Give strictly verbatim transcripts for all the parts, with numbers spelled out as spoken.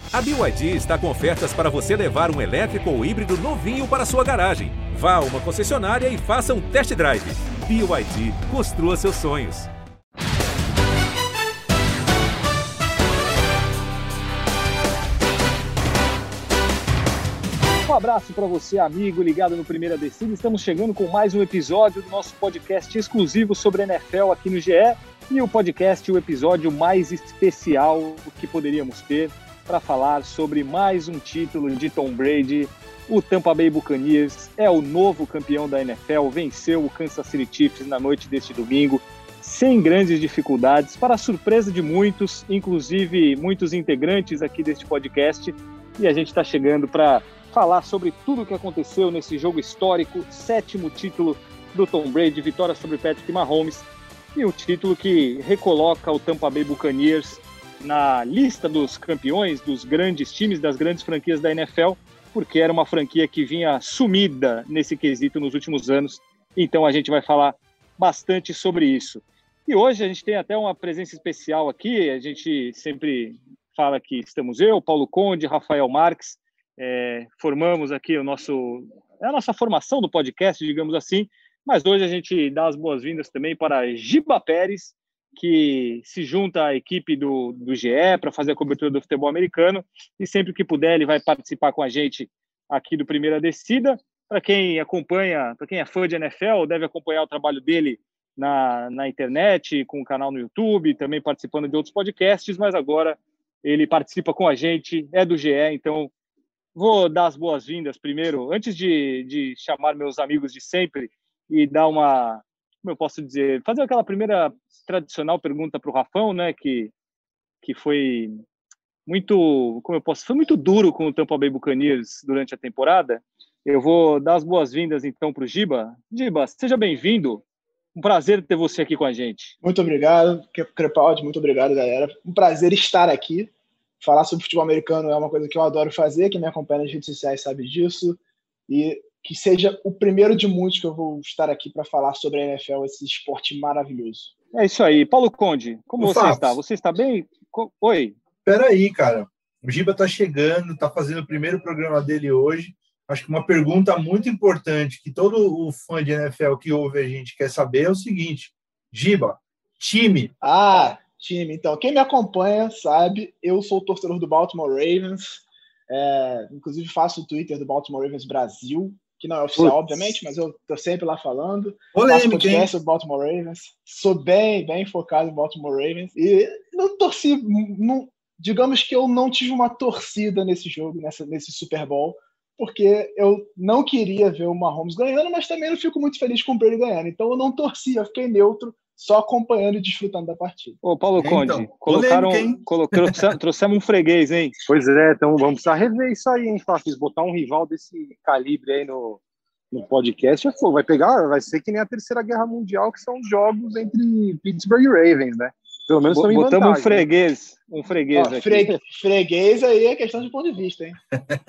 A B Y D está com ofertas para você levar um elétrico ou híbrido novinho para sua garagem. Vá a uma concessionária e faça um test drive. B Y D, construa seus sonhos. Um abraço para você, amigo, ligado no Primeira Descida. Estamos chegando com mais um episódio do nosso podcast exclusivo sobre N F L aqui no G E. E o podcast, o episódio mais especial que poderíamos ter para falar sobre mais um título de Tom Brady. O Tampa Bay Buccaneers é o novo campeão da N F L, venceu o Kansas City Chiefs na noite deste domingo, sem grandes dificuldades, para a surpresa de muitos, inclusive muitos integrantes aqui deste podcast. E a gente está chegando para falar sobre tudo o que aconteceu nesse jogo histórico, sétimo título do Tom Brady, vitória sobre Patrick Mahomes, e o título que recoloca o Tampa Bay Buccaneers na lista dos campeões, dos grandes times, das grandes franquias da N F L, porque era uma franquia que vinha sumida nesse quesito nos últimos anos, então a gente vai falar bastante sobre isso. E hoje a gente tem até uma presença especial aqui, a gente sempre fala que estamos eu, Paulo Conde, Rafael Marques, É, formamos aqui o nosso, é a nossa formação do podcast, digamos assim, mas hoje a gente dá as boas-vindas também para Giba Pérez, que se junta à equipe do, do G E para fazer a cobertura do futebol americano, e sempre que puder ele vai participar com a gente aqui do Primeira Descida. Para quem acompanha, para quem é fã de N F L, deve acompanhar o trabalho dele na, na internet, com o canal no YouTube, também participando de outros podcasts, mas agora ele participa com a gente, é do G E, então vou dar as boas-vindas primeiro, antes de, de chamar meus amigos de sempre e dar uma, como eu posso dizer, fazer aquela primeira tradicional pergunta para o Rafão, né, que, que foi muito, como eu posso, foi muito duro com o Tampa Bay Buccaneers durante a temporada. Eu vou dar as boas-vindas então para o Giba. Giba, seja bem-vindo. Um prazer ter você aqui com a gente. Muito obrigado, Crepaldi, muito obrigado, galera. Um prazer estar aqui. Falar sobre futebol americano é uma coisa que eu adoro fazer, quem me acompanha nas redes sociais sabe disso, e que seja o primeiro de muitos que eu vou estar aqui para falar sobre a N F L, esse esporte maravilhoso. É isso aí. Paulo Conde, como Ô, você Fábio, está? Você está bem? Oi. Peraí, cara. O Giba tá chegando, tá fazendo o primeiro programa dele hoje. Acho que uma pergunta muito importante que todo o fã de N F L que ouve a gente quer saber é o seguinte: Giba, time... Ah... time. Então, quem me acompanha sabe, eu sou o torcedor do Baltimore Ravens, é, inclusive faço o Twitter do Baltimore Ravens Brasil, que não é oficial, Putz. obviamente, mas eu tô sempre lá falando. Polêmica, faço podcast do Baltimore Ravens, sou bem, bem focado em Baltimore Ravens, e não torci, não, digamos que eu não tive uma torcida nesse jogo, nessa, nesse Super Bowl, porque eu não queria ver o Mahomes ganhando, mas também não fico muito feliz com o Brady ganhando, então eu não torci, eu fiquei neutro, só acompanhando e desfrutando da partida. Ô, Paulo Conde, então, colocaram, trouxemos, trouxemos um freguês, hein? Pois é, então vamos precisar rever isso aí, hein, Fafis? Botar um rival desse calibre aí no, no podcast, é fogo. Vai pegar, vai ser que nem a Terceira Guerra Mundial, que são os jogos entre Pittsburgh e Ravens, né? Pelo menos estão em Botamos vantagem, um freguês, um freguês Ó, aqui. Freguês, freguês aí é questão de ponto de vista, hein?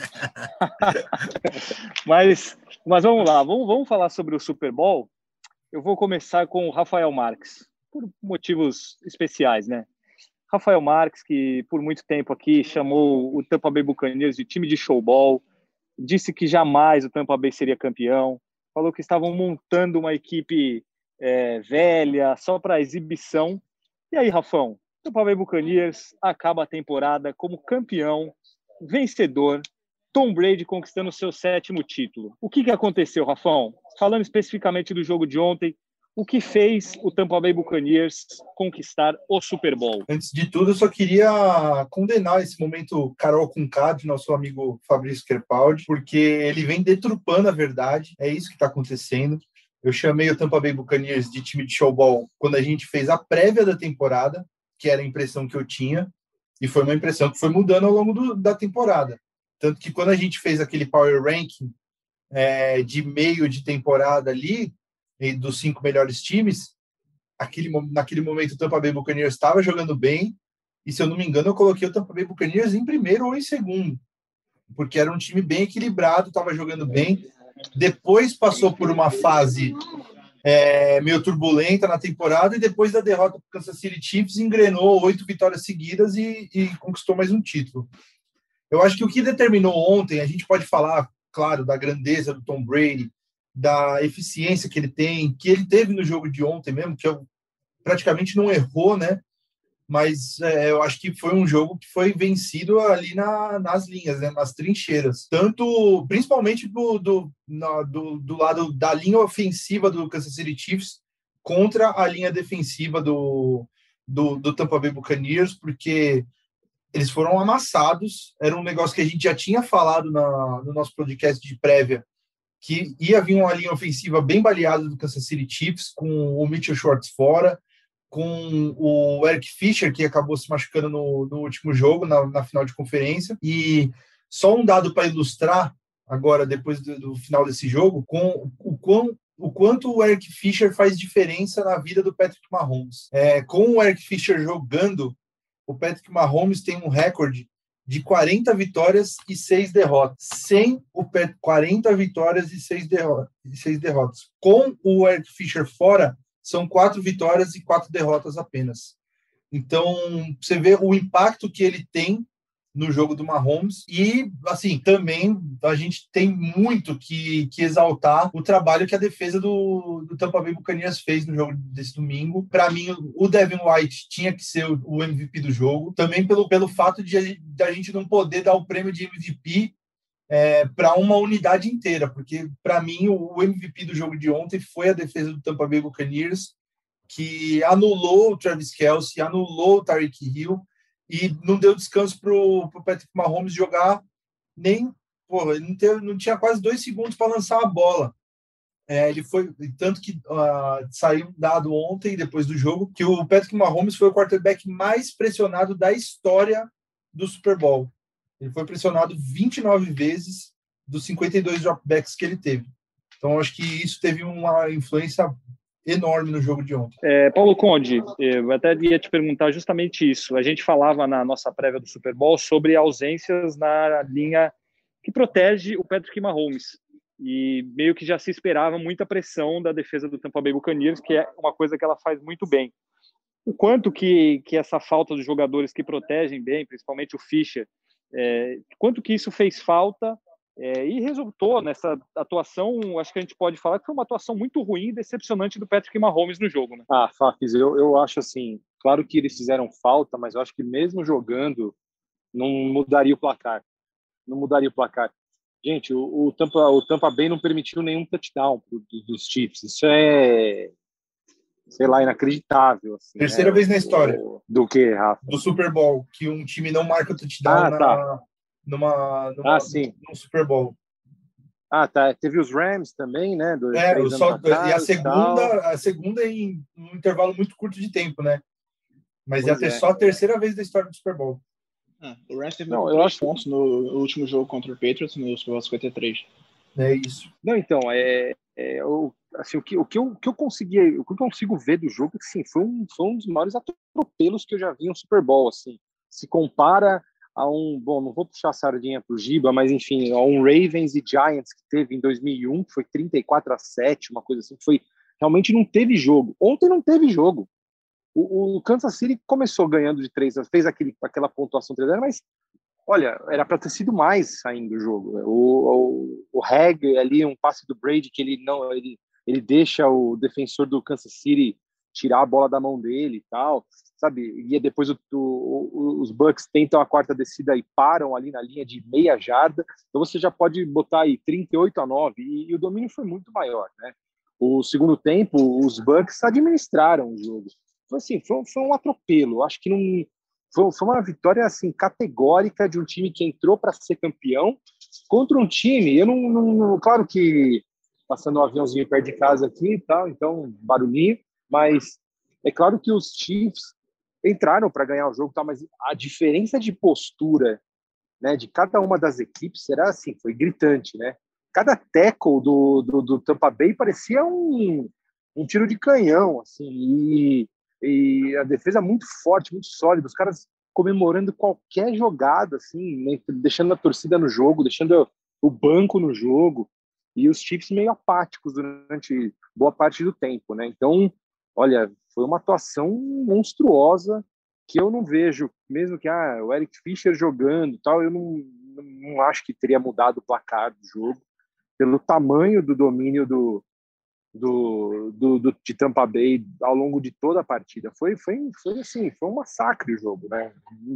mas, mas vamos lá, vamos, vamos falar sobre o Super Bowl. Eu vou começar com o Rafael Marques, por motivos especiais, né? Rafael Marques, que por muito tempo aqui chamou o Tampa Bay Buccaneers de time de showball, disse que jamais o Tampa Bay seria campeão, falou que estavam montando uma equipe é, velha, só para exibição. E aí, Rafão, o Tampa Bay Buccaneers acaba a temporada como campeão, vencedor, Tom Brady conquistando o seu sétimo título. O que, que aconteceu, Rafão? Falando especificamente do jogo de ontem, o que fez o Tampa Bay Buccaneers conquistar o Super Bowl? Antes de tudo, eu só queria condenar esse momento Carol Conká, de nosso amigo Fabrício Crepaldi, porque ele vem deturpando a verdade, é isso que está acontecendo. Eu chamei o Tampa Bay Buccaneers de time de showball quando a gente fez a prévia da temporada, que era a impressão que eu tinha, e foi uma impressão que foi mudando ao longo do, da temporada. Tanto que quando a gente fez aquele Power Ranking é, de meio de temporada ali, dos cinco melhores times, aquele, naquele momento o Tampa Bay Buccaneers estava jogando bem, e se eu não me engano eu coloquei o Tampa Bay Buccaneers em primeiro ou em segundo, porque era um time bem equilibrado, estava jogando bem. Depois passou por uma fase é, meio turbulenta na temporada, e depois da derrota para o Kansas City Chiefs engrenou oito vitórias seguidas e, e conquistou mais um título. Eu acho que o que determinou ontem, a gente pode falar, claro, da grandeza do Tom Brady, da eficiência que ele tem, que ele teve no jogo de ontem mesmo, que eu praticamente não errou, né? Mas é, eu acho que foi um jogo que foi vencido ali na, nas linhas, né? Nas trincheiras. Tanto, principalmente do, do, na, do, do lado da linha ofensiva do Kansas City Chiefs contra a linha defensiva do, do, do Tampa Bay Buccaneers, porque eles foram amassados. Era um negócio que a gente já tinha falado na, no nosso podcast de prévia, que ia vir uma linha ofensiva bem baleada do Kansas City Chiefs, com o Mitchell Schwartz fora, com o Eric Fisher, que acabou se machucando no, no último jogo, na, na final de conferência. E só um dado para ilustrar, agora, depois do, do final desse jogo, com o, quão, o quanto o Eric Fisher faz diferença na vida do Patrick Mahomes. É, com o Eric Fisher jogando, o Patrick Mahomes tem um recorde de quarenta vitórias e seis derrotas. Sem o Pat, quarenta vitórias e seis derrotas, e seis derrotas. Com o Eric Fisher fora, são quatro vitórias e quatro derrotas apenas. Então, você vê o impacto que ele tem no jogo do Mahomes. E, assim, também a gente tem muito que, que exaltar o trabalho que a defesa do, do Tampa Bay Buccaneers fez no jogo desse domingo. Para mim, o Devin White tinha que ser o M V P do jogo. Também pelo, pelo fato de, de a gente não poder dar o prêmio de M V P É, para uma unidade inteira, porque para mim o M V P do jogo de ontem foi a defesa do Tampa Bay Buccaneers, que anulou o Travis Kelce, anulou o Tyreek Hill e não deu descanso para o Patrick Mahomes jogar nem, porra, ele não, teve, não tinha quase dois segundos para lançar a bola. É, ele foi, tanto que uh, saiu um dado ontem, depois do jogo, que o Patrick Mahomes foi o quarterback mais pressionado da história do Super Bowl. Ele foi pressionado vinte e nove vezes dos cinquenta e dois dropbacks que ele teve. Então, acho que isso teve uma influência enorme no jogo de ontem. É, Paulo Conde, eu até ia te perguntar justamente isso. A gente falava na nossa prévia do Super Bowl sobre ausências na linha que protege o Patrick Mahomes. E meio que já se esperava muita pressão da defesa do Tampa Bay Buccaneers, que é uma coisa que ela faz muito bem. O quanto que, que essa falta dos jogadores que protegem bem, principalmente o Fischer, É, quanto que isso fez falta é, e resultou nessa atuação, acho que a gente pode falar que foi uma atuação muito ruim e decepcionante do Patrick Mahomes no jogo, né? Ah, Fafis, eu, eu acho assim, claro que eles fizeram falta, mas eu acho que mesmo jogando não mudaria o placar, não mudaria o placar. Gente, o, o, Tampa, o Tampa Bay não permitiu nenhum touchdown pro, do, dos Chiefs, isso é, sei lá, inacreditável. Assim, Terceira né? vez na história. O, do que, Rafa? Do Super Bowl, que um time não marca touchdown ah, na, tá. numa, numa, ah, sim. num Super Bowl. Ah, tá. Teve os Rams também, né? Dois, é, três só, anos atrás, e a segunda, tal. a segunda em um intervalo muito curto de tempo, né? Mas ia ter é. só a terceira vez da história do Super Bowl. Ah, o Rams teve não, três eu acho pontos no último jogo contra o Patriots, no Super Bowl cinquenta e três. É isso. Não, então, é, é o, assim, o, que, o, que eu, o que eu consegui, o que eu consigo ver do jogo, assim, foi um, foi um dos maiores atropelos que eu já vi no Super Bowl, assim. Se compara a um, bom, não vou puxar a sardinha pro Giba, mas enfim, a um Ravens e Giants que teve em dois mil e um, que foi trinta e quatro a sete, uma coisa assim, que foi, realmente não teve jogo. Ontem não teve jogo. O, o Kansas City começou ganhando de três, fez aquele, aquela pontuação três a zero, mas olha, era para ter sido mais ainda o jogo. O, o, o Hag ali, um passe do Brady que ele não, ele, ele deixa o defensor do Kansas City tirar a bola da mão dele e tal, sabe? E depois o, o, os Bucks tentam a quarta descida e param ali na linha de meia jarda. Então você já pode botar aí trinta e oito a nove e, e o domínio foi muito maior, né? O segundo tempo, os Bucks administraram o jogo. Foi assim, foi, foi um atropelo. Acho que não foi, foi uma vitória assim categórica de um time que entrou para ser campeão contra um time. Eu não, não, claro que passando um aviãozinho perto de casa aqui e tal, então barulhinho, mas é claro que os Chiefs entraram para ganhar o jogo, tal, mas a diferença de postura, né, de cada uma das equipes era assim, foi gritante, né? Cada tackle do, do, do Tampa Bay parecia um, um tiro de canhão, assim, e E a defesa muito forte, muito sólida, os caras comemorando qualquer jogada, assim, né? Deixando a torcida no jogo, deixando o banco no jogo, e os Chiefs meio apáticos durante boa parte do tempo, né? Então, olha, foi uma atuação monstruosa que eu não vejo, mesmo que ah, o Eric Fischer jogando e tal, eu não, não acho que teria mudado o placar do jogo, pelo tamanho do domínio do, do, do, do, de Tampa Bay ao longo de toda a partida. Foi, foi, foi assim, foi um massacre o jogo, né?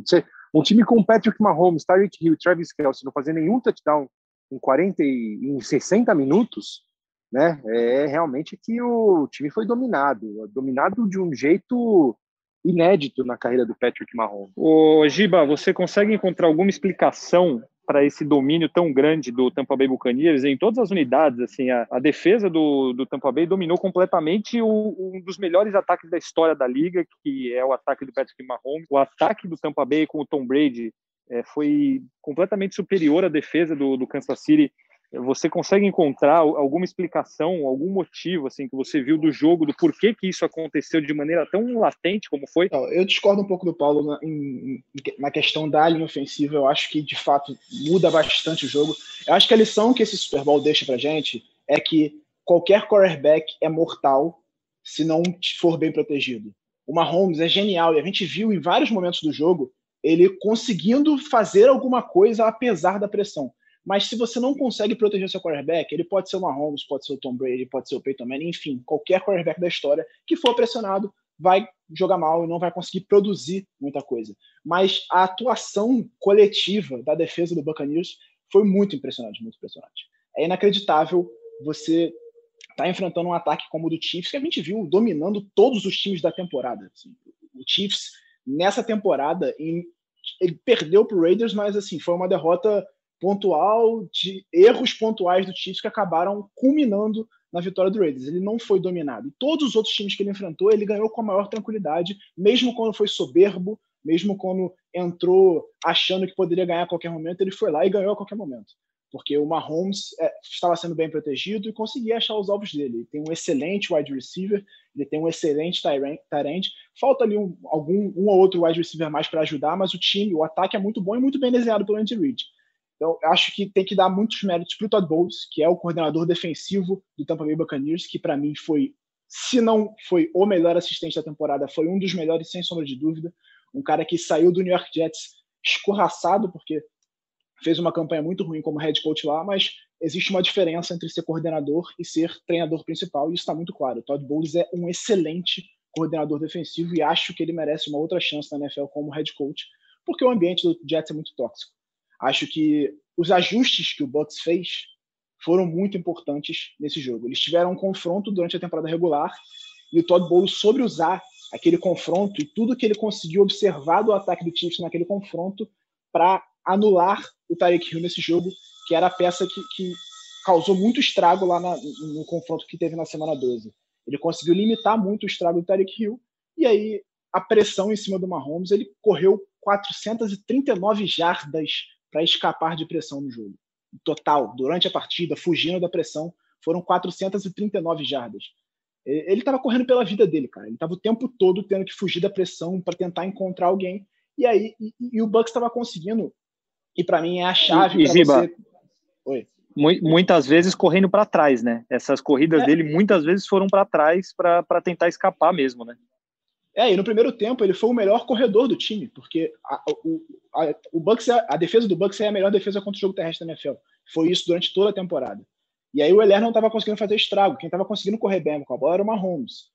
Um time com Patrick Mahomes, Tyreek Hill, Travis Kelce não fazer nenhum touchdown em quarenta e em sessenta minutos, né? É realmente que o time foi dominado, dominado de um jeito inédito na carreira do Patrick Mahomes. Ô, Giba, você consegue encontrar alguma explicação para esse domínio tão grande do Tampa Bay Buccaneers em todas as unidades? Assim, a, a defesa do, do Tampa Bay dominou completamente o, um dos melhores ataques da história da liga, que é o ataque do Patrick Mahomes. O ataque do Tampa Bay com o Tom Brady é, foi completamente superior à defesa do, do Kansas City. Você consegue encontrar alguma explicação, algum motivo assim que você viu do jogo, do porquê que isso aconteceu de maneira tão latente como foi? Eu discordo um pouco do Paulo na, em, na questão da linha ofensiva. Eu acho que, de fato, muda bastante o jogo. Eu acho que a lição que esse Super Bowl deixa pra gente é que qualquer quarterback é mortal se não for bem protegido. O Mahomes é genial e a gente viu em vários momentos do jogo ele conseguindo fazer alguma coisa apesar da pressão. Mas se você não consegue proteger seu quarterback, ele pode ser o Mahomes, pode ser o Tom Brady, pode ser o Peyton Manning, enfim, qualquer quarterback da história que for pressionado vai jogar mal e não vai conseguir produzir muita coisa. Mas a atuação coletiva da defesa do Buccaneers foi muito impressionante, muito impressionante. É inacreditável você estar tá enfrentando um ataque como o do Chiefs, que a gente viu dominando todos os times da temporada. Assim. O Chiefs, nessa temporada, em, ele perdeu para o Raiders, mas assim, foi uma derrota pontual, de erros pontuais do Chiefs que acabaram culminando na vitória do Raiders. Ele não foi dominado. E todos os outros times que ele enfrentou, ele ganhou com a maior tranquilidade, mesmo quando foi soberbo, mesmo quando entrou achando que poderia ganhar a qualquer momento, ele foi lá e ganhou a qualquer momento. Porque o Mahomes é, estava sendo bem protegido e conseguia achar os alvos dele. Ele tem um excelente wide receiver, ele tem um excelente tight end. Falta ali um, algum, um ou outro wide receiver mais para ajudar, mas o time, o ataque é muito bom e muito bem desenhado pelo Andy Reid. Então, acho que tem que dar muitos méritos para o Todd Bowles, que é o coordenador defensivo do Tampa Bay Buccaneers, que para mim foi, se não foi o melhor assistente da temporada, foi um dos melhores, sem sombra de dúvida. Um cara que saiu do New York Jets escorraçado, porque fez uma campanha muito ruim como head coach lá, mas existe uma diferença entre ser coordenador e ser treinador principal, e isso está muito claro. O Todd Bowles é um excelente coordenador defensivo e acho que ele merece uma outra chance na N F L como head coach, porque o ambiente do Jets é muito tóxico. Acho que os ajustes que o Bucs fez foram muito importantes nesse jogo. Eles tiveram um confronto durante a temporada regular e o Todd Bowles soube usar aquele confronto e tudo que ele conseguiu observar do ataque do Chiefs naquele confronto para anular o Tyreek Hill nesse jogo, que era a peça que, que causou muito estrago lá na, no confronto que teve na semana doze. Ele conseguiu limitar muito o estrago do Tyreek Hill e aí a pressão em cima do Mahomes, ele correu quatrocentas e trinta e nove jardas para escapar de pressão no jogo. Total, durante a partida, fugindo da pressão, foram quatrocentas e trinta e nove jardas. Ele estava correndo pela vida dele, cara. Ele estava o tempo todo tendo que fugir da pressão para tentar encontrar alguém. E aí, e, e o Bucs estava conseguindo. E para mim é a chave para você. Oi. Muitas vezes correndo para trás, né? Essas corridas é. dele muitas vezes foram para trás para tentar escapar mesmo, né? É, e no primeiro tempo ele foi o melhor corredor do time, porque a, o, a, o Bucs, a defesa do Bucs é a melhor defesa contra o jogo terrestre da N F L. Foi isso durante toda a temporada. E aí o Heller não estava conseguindo fazer estrago. Quem estava conseguindo correr bem com a bola era o Mahomes.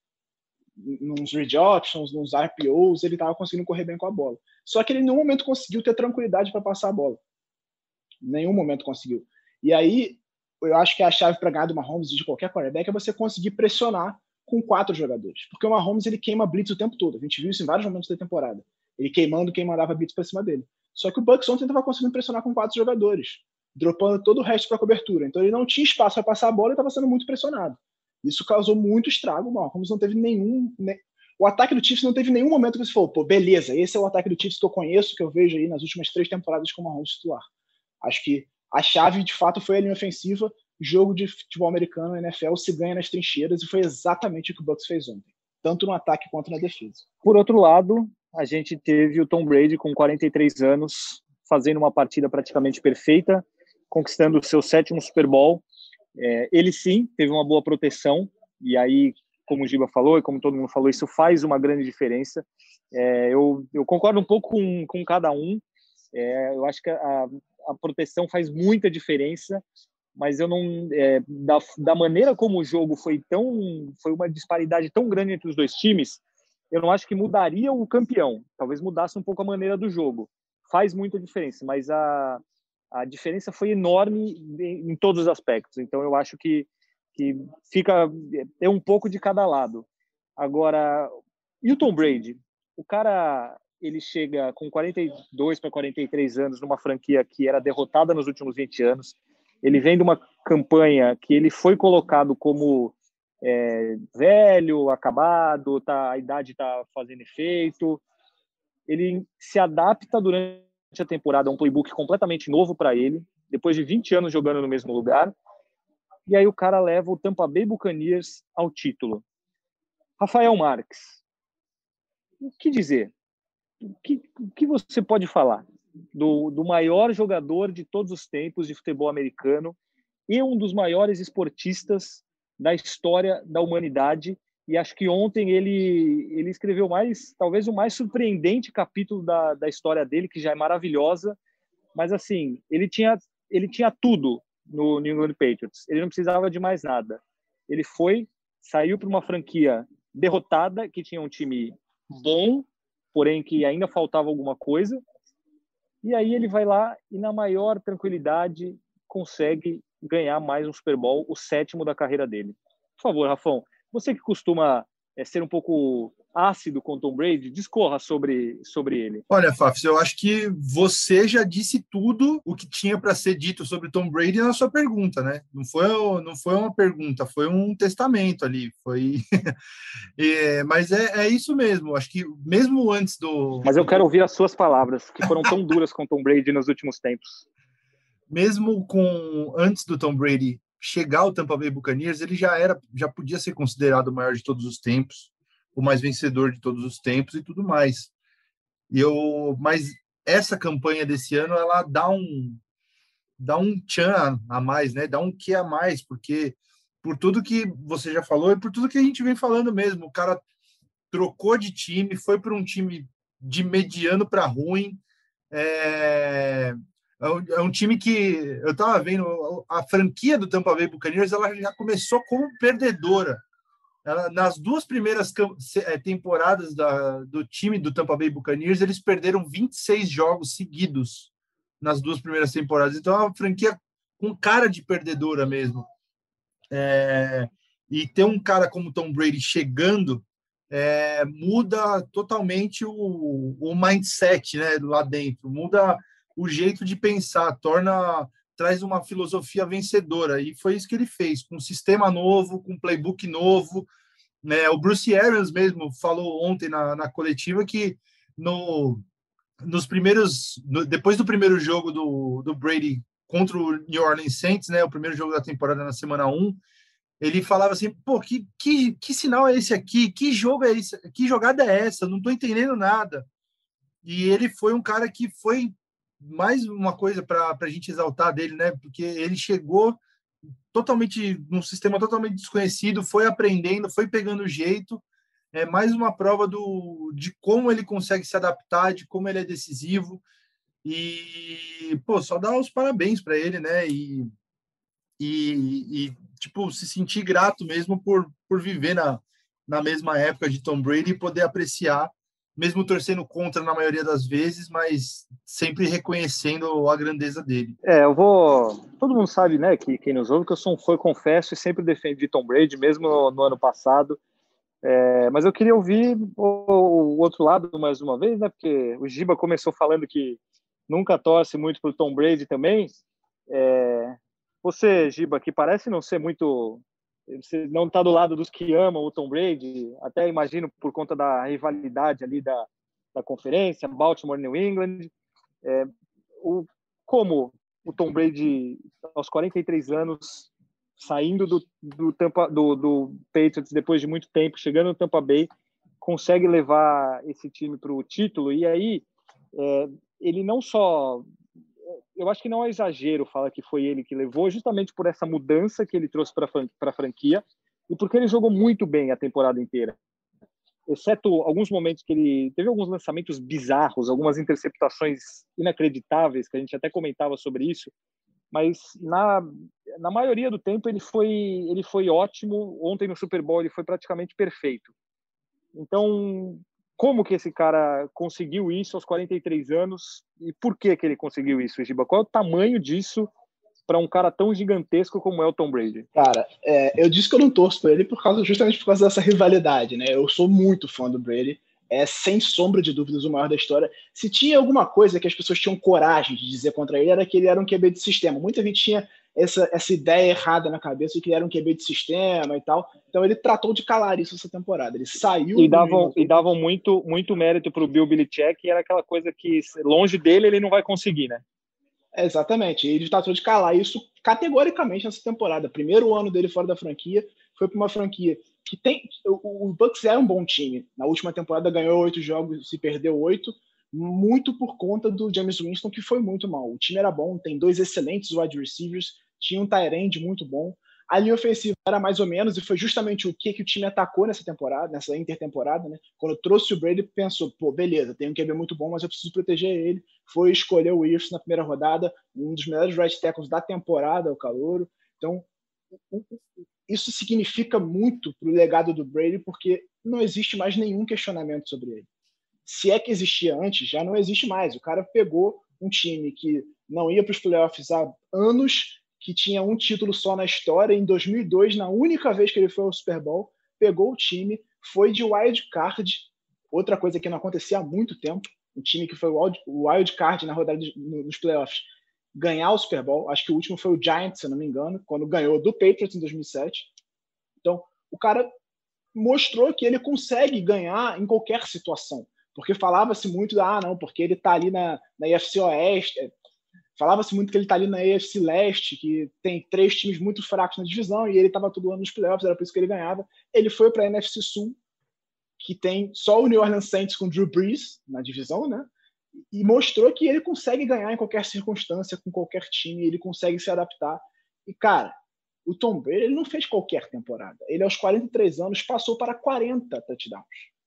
Nos read options, nos R P Os, ele estava conseguindo correr bem com a bola. Só que ele em nenhum momento conseguiu ter tranquilidade para passar a bola. Em nenhum momento conseguiu. E aí, eu acho que a chave para ganhar do Mahomes e de qualquer quarterback é você conseguir pressionar com quatro jogadores. Porque o Mahomes, ele queima blitz o tempo todo. A gente viu isso em vários momentos da temporada. Ele queimando quem mandava blitz para cima dele. Só que o Bucs ontem estava conseguindo pressionar com quatro jogadores, dropando todo o resto para cobertura. Então ele não tinha espaço para passar a bola e estava sendo muito pressionado. Isso causou muito estrago. O Mahomes não teve nenhum... Ne... O ataque do Chiefs não teve nenhum momento que você falou, pô, beleza, esse é o ataque do Chiefs que eu conheço, que eu vejo aí nas últimas três temporadas com o Mahomes titular. Acho que a chave, de fato, foi a linha ofensiva. Jogo de futebol americano, N F L, se ganha nas trincheiras, e foi exatamente o que o Bucs fez ontem, tanto no ataque quanto na defesa. Por outro lado, a gente teve o Tom Brady com quarenta e três anos, fazendo uma partida praticamente perfeita, conquistando o seu sétimo Super Bowl. É, ele sim teve uma boa proteção, e aí, como o Giba falou, e como todo mundo falou, isso faz uma grande diferença. É, eu, eu concordo um pouco com, com cada um. É, eu acho que a, a proteção faz muita diferença, mas eu não é, da, da maneira como o jogo foi tão foi uma disparidade tão grande entre os dois times, eu não acho que mudaria o campeão. Talvez mudasse um pouco a maneira do jogo. Faz muita diferença, mas a a diferença foi enorme em, em todos os aspectos. Então eu acho que que fica é um pouco de cada lado. Agora, e o Tom Brady? O cara, ele chega com quarenta e dois para quarenta e três anos numa franquia que era derrotada nos últimos vinte anos. Ele vem de uma campanha que ele foi colocado como é, velho, acabado, tá, a idade está fazendo efeito. Ele se adapta durante a temporada a um playbook completamente novo para ele, depois de vinte anos jogando no mesmo lugar. E aí o cara leva o Tampa Bay Buccaneers ao título. Rafael Marques, o que dizer? O que, o que você pode falar do, do maior jogador de todos os tempos de futebol americano e um dos maiores esportistas da história da humanidade? E acho que ontem ele, ele escreveu mais, talvez o mais surpreendente capítulo da, da história dele, que já é maravilhosa, mas assim, ele tinha, ele tinha tudo no New England Patriots, ele não precisava de mais nada. Ele foi, saiu para uma franquia derrotada, que tinha um time bom, porém que ainda faltava alguma coisa, e aí ele vai lá e na maior tranquilidade consegue ganhar mais um Super Bowl, o sétimo da carreira dele. Por favor, Rafão, você que costuma é, ser um pouco ácido com o Tom Brady, discorra sobre, sobre ele. Olha, Fafs, eu acho que você já disse tudo o que tinha para ser dito sobre Tom Brady na sua pergunta, né? Não foi, não foi uma pergunta, foi um testamento ali. Foi... é, mas é, é isso mesmo. Acho que mesmo antes do... Mas eu quero ouvir as suas palavras, que foram tão duras com o Tom Brady nos últimos tempos. Mesmo com antes do Tom Brady chegar ao Tampa Bay Buccaneers, ele já era, já podia ser considerado o maior de todos os tempos, o mais vencedor de todos os tempos e tudo mais. E eu, mas essa campanha desse ano, ela dá um dá um tchan a mais, né? Dá um quê a mais, porque por tudo que você já falou e por tudo que a gente vem falando mesmo, o cara trocou de time, foi para um time de mediano para ruim, é... É um time que eu estava vendo, a franquia do Tampa Bay Buccaneers, ela já começou como perdedora. Ela, nas duas primeiras temporadas da, do time do Tampa Bay Buccaneers, eles perderam vinte e seis jogos seguidos nas duas primeiras temporadas. Então, é uma franquia com cara de perdedora mesmo. É, e ter um cara como Tom Brady chegando é, muda totalmente o, o mindset, né, lá dentro. Muda o jeito de pensar, torna, traz uma filosofia vencedora, e foi isso que ele fez, com um sistema novo, com um playbook novo, né? O Bruce Arians mesmo falou ontem na, na coletiva que no, nos primeiros, no, depois do primeiro jogo do, do Brady contra o New Orleans Saints, né, o primeiro jogo da temporada na semana um, ele falava assim, pô, que, que, que sinal é esse aqui? Que jogo é esse? Que jogada é essa? Não estou entendendo nada. E ele foi um cara que foi mais uma coisa para a gente exaltar dele, né? Porque ele chegou totalmente num sistema totalmente desconhecido, foi aprendendo, foi pegando jeito. É mais uma prova do, de como ele consegue se adaptar, de como ele é decisivo. E, pô, só dar os parabéns para ele, né? E, e, e, tipo, se sentir grato mesmo por, por viver na, na mesma época de Tom Brady e poder apreciar, mesmo torcendo contra na maioria das vezes, mas sempre reconhecendo a grandeza dele. É, eu vou... Todo mundo sabe, né, que quem nos ouve, que eu sou um fã, confesso, e sempre defendi Tom Brady, mesmo no, no ano passado. É, mas eu queria ouvir o, o outro lado mais uma vez, né, porque o Giba começou falando que nunca torce muito pro Tom Brady também. É, você, Giba, que parece não ser muito... Você não está do lado dos que amam o Tom Brady, até imagino por conta da rivalidade ali da, da conferência, Baltimore, New England. É, o, como o Tom Brady, aos quarenta e três anos, saindo do, do, Tampa, do, do Patriots depois de muito tempo, chegando no Tampa Bay, consegue levar esse time para o título. E aí, é, ele não só... Eu acho que não é exagero falar que foi ele que levou, justamente por essa mudança que ele trouxe para a franquia e porque ele jogou muito bem a temporada inteira. exceto alguns momentos que ele teve alguns lançamentos bizarros, algumas interceptações inacreditáveis, que a gente até comentava sobre isso, mas na, na maioria do tempo ele foi, ele foi ótimo. Ontem no Super Bowl ele foi praticamente perfeito. Então, como que esse cara conseguiu isso aos quarenta e três anos e por que que ele conseguiu isso, Giba? Qual é o tamanho disso para um cara tão gigantesco como é o Tom Brady? Cara, é, eu disse que eu não torço por ele por causa, justamente por causa dessa rivalidade, né? Eu sou muito fã do Brady, é sem sombra de dúvidas o maior da história. Se tinha alguma coisa que as pessoas tinham coragem de dizer contra ele, era que ele era um Q B de sistema. Muita gente tinha essa, essa ideia errada na cabeça de que ele era um Q B de sistema e tal. Então ele tratou de calar isso essa temporada. Ele saiu... E davam, e davam muito, muito mérito para o Bill Belichick, e era aquela coisa que longe dele ele não vai conseguir, né? É, exatamente. Ele tratou de calar isso categoricamente nessa temporada. Primeiro ano dele fora da franquia, foi para uma franquia que tem... O, o Bucs é um bom time. Na última temporada ganhou oito jogos, se perdeu oito, muito por conta do Jameis Winston, que foi muito mal. O time era bom, tem dois excelentes wide receivers, tinha um tight end muito bom. A linha ofensiva era mais ou menos, e foi justamente o que, que o time atacou nessa temporada, nessa intertemporada, né? Quando trouxe o Brady, pensou, pô, beleza, tem um Q B muito bom, mas eu preciso proteger ele. Foi escolher o Wilson na primeira rodada, um dos melhores right tackles da temporada, o calouro. Então, isso significa muito pro legado do Brady, porque não existe mais nenhum questionamento sobre ele. Se é que existia antes, já não existe mais. O cara pegou um time que não ia para os playoffs há anos, que tinha um título só na história, em dois mil e dois, na única vez que ele foi ao Super Bowl, pegou o time, foi de wild card, outra coisa que não acontecia há muito tempo, um time que foi o wild card na rodada de, nos playoffs, ganhar o Super Bowl. Acho que o último foi o Giants, se eu não me engano, quando ganhou do Patriots em dois mil e sete. Então, o cara mostrou que ele consegue ganhar em qualquer situação, porque falava-se muito, ah, não, porque ele tá ali na, na I F C Oeste, falava-se muito que ele tá ali na A F C Leste, que tem três times muito fracos na divisão, e ele estava todo ano nos playoffs, era por isso que ele ganhava. Ele foi para a N F C Sul, que tem só o New Orleans Saints com Drew Brees na divisão, né? E mostrou que ele consegue ganhar em qualquer circunstância, com qualquer time, ele consegue se adaptar. E, cara, o Tom Brady, ele não fez qualquer temporada. Ele, aos quarenta e três anos, passou para quarenta touchdowns.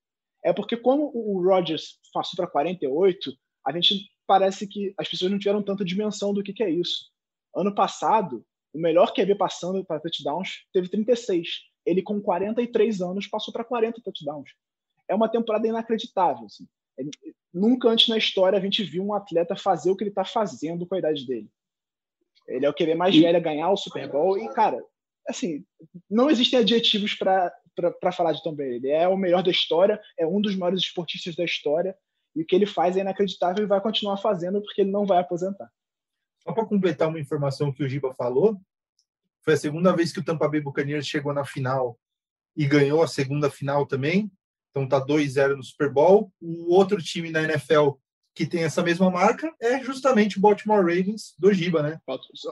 É porque, como o Rodgers passou para quarenta e oito, a gente parece que as pessoas não tiveram tanta dimensão do que, que é isso. Ano passado, o melhor Q B passando para touchdowns teve trinta e seis. Ele, com quarenta e três anos, passou para quarenta touchdowns. É uma temporada inacreditável. Assim. É, nunca antes na história a gente viu um atleta fazer o que ele está fazendo com a idade dele. Ele é o Q B mais velho a ganhar o Super Bowl. E, cara, assim, não existem adjetivos para falar de Tom Brady. Ele é o melhor da história, é um dos maiores esportistas da história. E o que ele faz é inacreditável e vai continuar fazendo porque ele não vai aposentar. Só para completar uma informação que o Giba falou, foi a segunda vez que o Tampa Bay Buccaneers chegou na final e ganhou a segunda final também. Então tá dois a zero no Super Bowl. O outro time na N F L que tem essa mesma marca é justamente o Baltimore Ravens do Giba, né?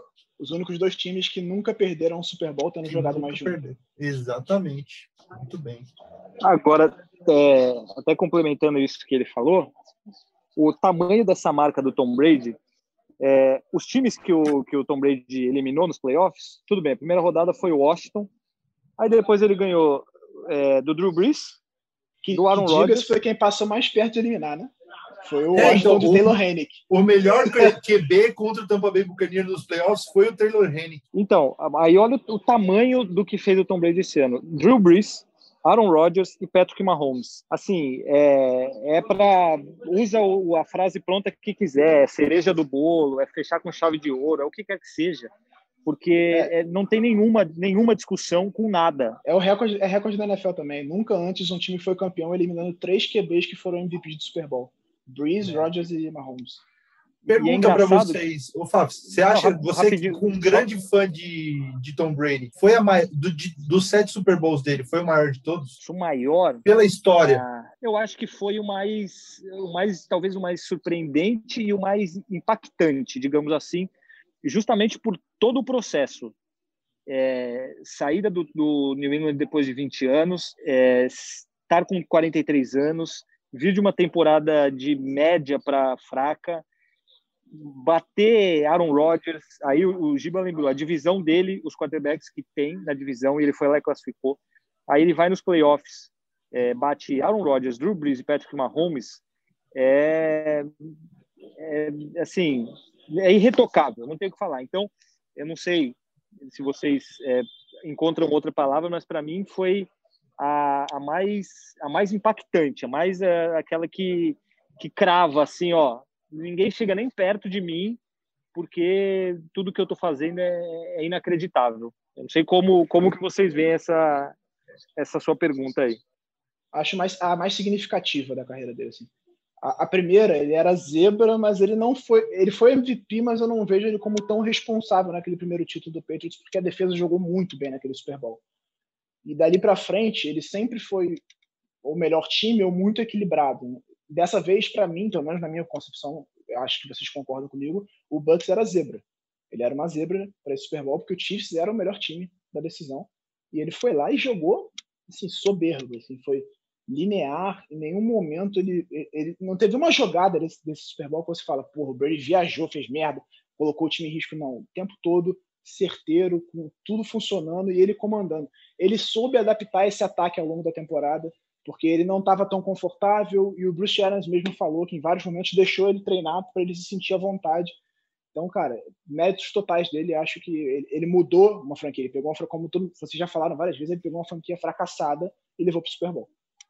Os únicos dois times que nunca perderam um Super Bowl tendo que jogado mais de um. Exatamente. Muito bem. Agora, é, até complementando isso que ele falou, o tamanho dessa marca do Tom Brady, é, os times que o, que o Tom Brady eliminou nos playoffs, tudo bem, a primeira rodada foi o Washington, aí depois ele ganhou é, do Drew Brees, que, do Aaron que Rodgers. Foi quem passou mais perto de eliminar, né? Foi o é, Washington então, de Taylor Heinicke. O melhor Q B contra o Tampa Bay Buccaneers nos playoffs foi o Taylor Heinicke. Então, aí olha o, o tamanho do que fez o Tom Brady esse ano. Drew Brees, Aaron Rodgers e Patrick Mahomes. Assim, é, é para... Usa o, a frase pronta que quiser, cereja do bolo, é fechar com chave de ouro, é o que quer que seja. Porque é. É, não tem nenhuma, nenhuma discussão com nada. É o recorde, é recorde da N F L também. Nunca antes um time foi campeão eliminando três Q Bs que foram M V Ps do Super Bowl. Brees, é. Rodgers e Mahomes. Pergunta é para vocês, ô Fábio, você acha, não, você rapidinho, com um grande só... fã de, de Tom Brady, foi a mai... do, de, dos sete Super Bowls dele, foi o maior de todos? O maior? Pela história. Ah, eu acho que foi o mais, o mais, talvez o mais surpreendente e o mais impactante, digamos assim, justamente por todo o processo. É, saída do, do New England depois de vinte anos, é, estar com quarenta e três anos, vir de uma temporada de média para fraca, bater Aaron Rodgers, aí o, o Giba lembrou, a divisão dele, os quarterbacks que tem na divisão, e ele foi lá e classificou, aí ele vai nos playoffs, é, bate Aaron Rodgers, Drew Brees e Patrick Mahomes, é, é assim, é irretocável, não tenho o que falar. Então, eu não sei se vocês é, encontram outra palavra, mas para mim foi a, a, mais, a mais impactante, a mais é, aquela que, que crava assim, ó, ninguém chega nem perto de mim, porque tudo que eu estou fazendo é, é inacreditável. Eu não sei como, como que vocês veem essa, essa sua pergunta aí. Acho mais, a mais significativa da carreira dele. Assim. A, a primeira, ele era zebra, mas ele não foi. Ele foi M V P, mas eu não vejo ele como tão responsável naquele primeiro título do Patriots, porque a defesa jogou muito bem naquele Super Bowl. E dali para frente, ele sempre foi o melhor time ou muito equilibrado. Né? Dessa vez, para mim, pelo menos na minha concepção, eu acho que vocês concordam comigo, o Bucks era zebra. Ele era uma zebra para esse Super Bowl, porque o Chiefs era o melhor time da decisão. E ele foi lá e jogou assim, soberbo. Assim, foi linear, em nenhum momento ele, ele não teve uma jogada desse, desse Super Bowl que você fala, porra, o Brady viajou, fez merda, colocou o time em risco, não, o tempo todo certeiro, com tudo funcionando e ele comandando. Ele soube adaptar esse ataque ao longo da temporada, porque ele não estava tão confortável e o Bruce Arians mesmo falou que em vários momentos deixou ele treinar para ele se sentir à vontade. Então, cara, méritos totais dele, acho que ele, ele mudou uma franquia, ele pegou uma franquia, como todo, vocês já falaram várias vezes, ele pegou uma franquia fracassada e levou para o Super Bowl.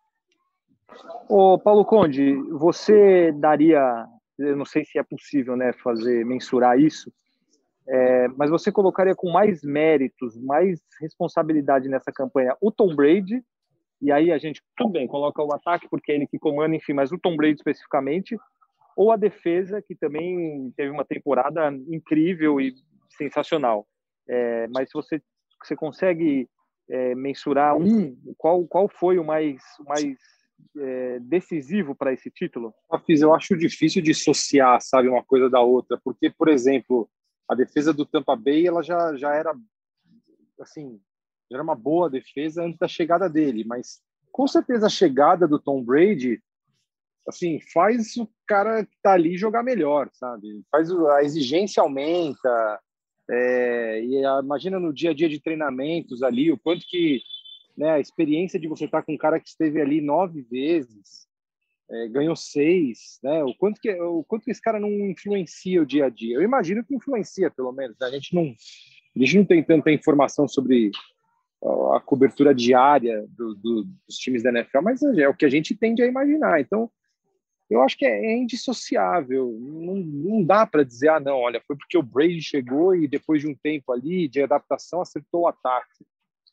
Ô, Paulo Conde, você daria, eu não sei se é possível, né, fazer, mensurar isso, é, mas você colocaria com mais méritos, mais responsabilidade nessa campanha o Tom Brady, e aí a gente, tudo bem, coloca o ataque porque é ele que comanda, enfim, mas o Tom Brady especificamente, ou a defesa, que também teve uma temporada incrível e sensacional. É, mas se você, você consegue é, mensurar um, qual, qual foi o mais, o mais é, decisivo para esse título? Eu acho difícil dissociar, sabe, uma coisa da outra, porque, por exemplo, a defesa do Tampa Bay, ela já, já era, assim, já era uma boa defesa antes da chegada dele, mas com certeza a chegada do Tom Brady, assim, faz o cara que tá ali jogar melhor, sabe? Faz a exigência aumenta, é, e a, imagina no dia a dia de treinamentos ali, o quanto que, né, a experiência de você estar com um cara que esteve ali nove vezes, é, ganhou seis, né? O quanto que o quanto que esse cara não influencia o dia a dia? Eu imagino que influencia, pelo menos. Né? A gente não a gente não tem tanta informação sobre a cobertura diária do, do, dos times da N F L, mas é o que a gente tende a imaginar. Então, eu acho que é, é indissociável. Não, não dá para dizer, ah, não, olha, foi porque o Brady chegou e depois de um tempo ali de adaptação acertou o ataque.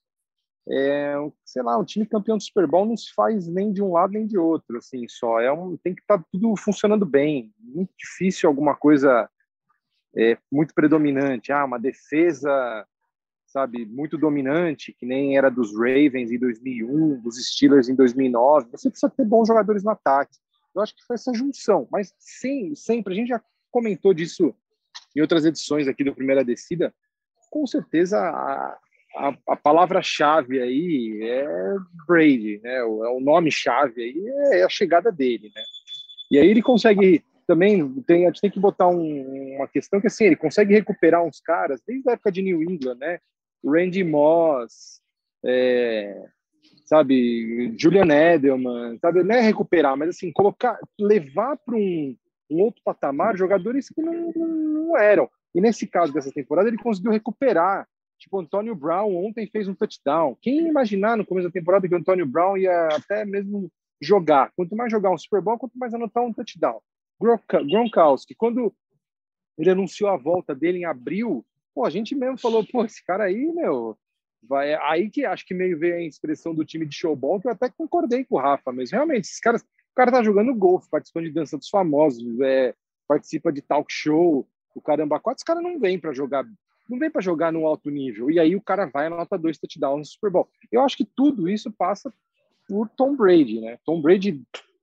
É, sei lá, um time campeão do Super Bowl não se faz nem de um lado nem de outro, assim, só é um, tem que estar tá tudo funcionando bem, muito difícil alguma coisa é, muito predominante, ah, uma defesa, sabe, muito dominante, que nem era dos Ravens em dois mil e um, dos Steelers em dois mil e nove, você precisa ter bons jogadores no ataque, eu acho que foi essa junção, mas sim, sempre, a gente já comentou disso em outras edições aqui do Primeira Descida, com certeza a A, a palavra-chave aí é Brady, né? O, é o nome-chave aí é a chegada dele, né? E aí ele consegue também, tem, a gente tem que botar um, uma questão que assim, ele consegue recuperar uns caras desde a época de New England, né? O Randy Moss, é, sabe, Julian Edelman, sabe, não é recuperar, mas assim, colocar, levar para um, um outro patamar jogadores que não, não eram. E nesse caso dessa temporada ele conseguiu recuperar. Tipo, o Antonio Brown ontem fez um touchdown. Quem ia imaginar no começo da temporada que o Antonio Brown ia até mesmo jogar? Quanto mais jogar um Super Bowl, quanto mais anotar um touchdown. Gronkowski, quando ele anunciou a volta dele em abril, pô, a gente mesmo falou, pô, esse cara aí, meu... Vai... Aí que acho que meio veio a expressão do time de showball, que eu até concordei com o Rafa, mas realmente, esses caras... O cara tá jogando golfe, participando de Dança dos Famosos, é... participa de talk show, o caramba quatro, os caras não vêm para jogar... não vem para jogar no alto nível, e aí o cara vai e anota dois touchdowns no Super Bowl. Eu acho que tudo isso passa por Tom Brady, né? Tom Brady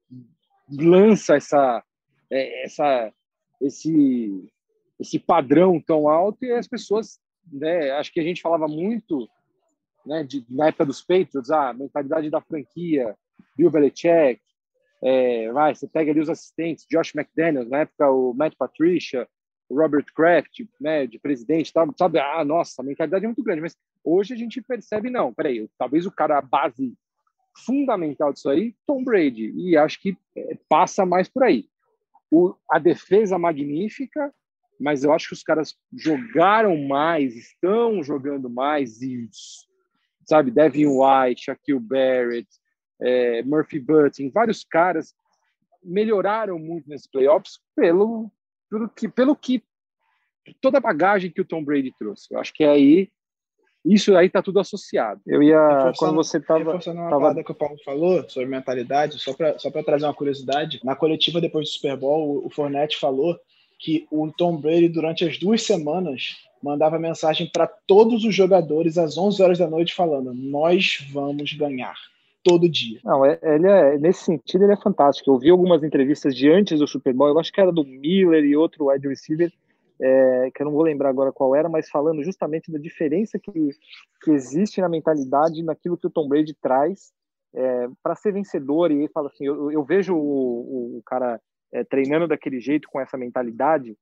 lança essa, essa, esse, esse padrão tão alto e as pessoas, né? Acho que a gente falava muito, né? De, na época dos Patriots, a mentalidade da franquia, Bill Belichick, é, vai, você pega ali os assistentes, Josh McDaniels, na época o Matt Patricia, o Robert Kraft, né, de presidente, tá, sabe? Ah, nossa, a mentalidade é muito grande, mas hoje a gente percebe, não, peraí, talvez o cara, a base fundamental disso aí, Tom Brady. E acho que é, passa mais por aí. O, a defesa magnífica, mas eu acho que os caras jogaram mais, estão jogando mais, e, sabe, Devin White, Shaquille Barrett, é, Murphy Bunting, vários caras melhoraram muito nesses playoffs pelo, pelo, que, pelo que toda a bagagem que o Tom Brady trouxe. Eu acho que aí isso aí tá tudo associado. Eu ia, quando você tava... Reforçando uma tava... parada que o Paulo falou sobre mentalidade, só para só para trazer uma curiosidade, na coletiva depois do Super Bowl, o Fournette falou que o Tom Brady, durante as duas semanas, mandava mensagem para todos os jogadores às onze horas da noite falando: nós vamos ganhar. Todo dia. Não, ele é, nesse sentido, ele é fantástico. Eu vi algumas entrevistas de antes do Super Bowl, eu acho que era do Miller e outro wide receiver, é, que eu não vou lembrar agora qual era, mas falando justamente da diferença que, que existe na mentalidade, naquilo que o Tom Brady traz é, para ser vencedor. E ele fala assim, eu, eu vejo o, o cara é, treinando daquele jeito, com essa mentalidade,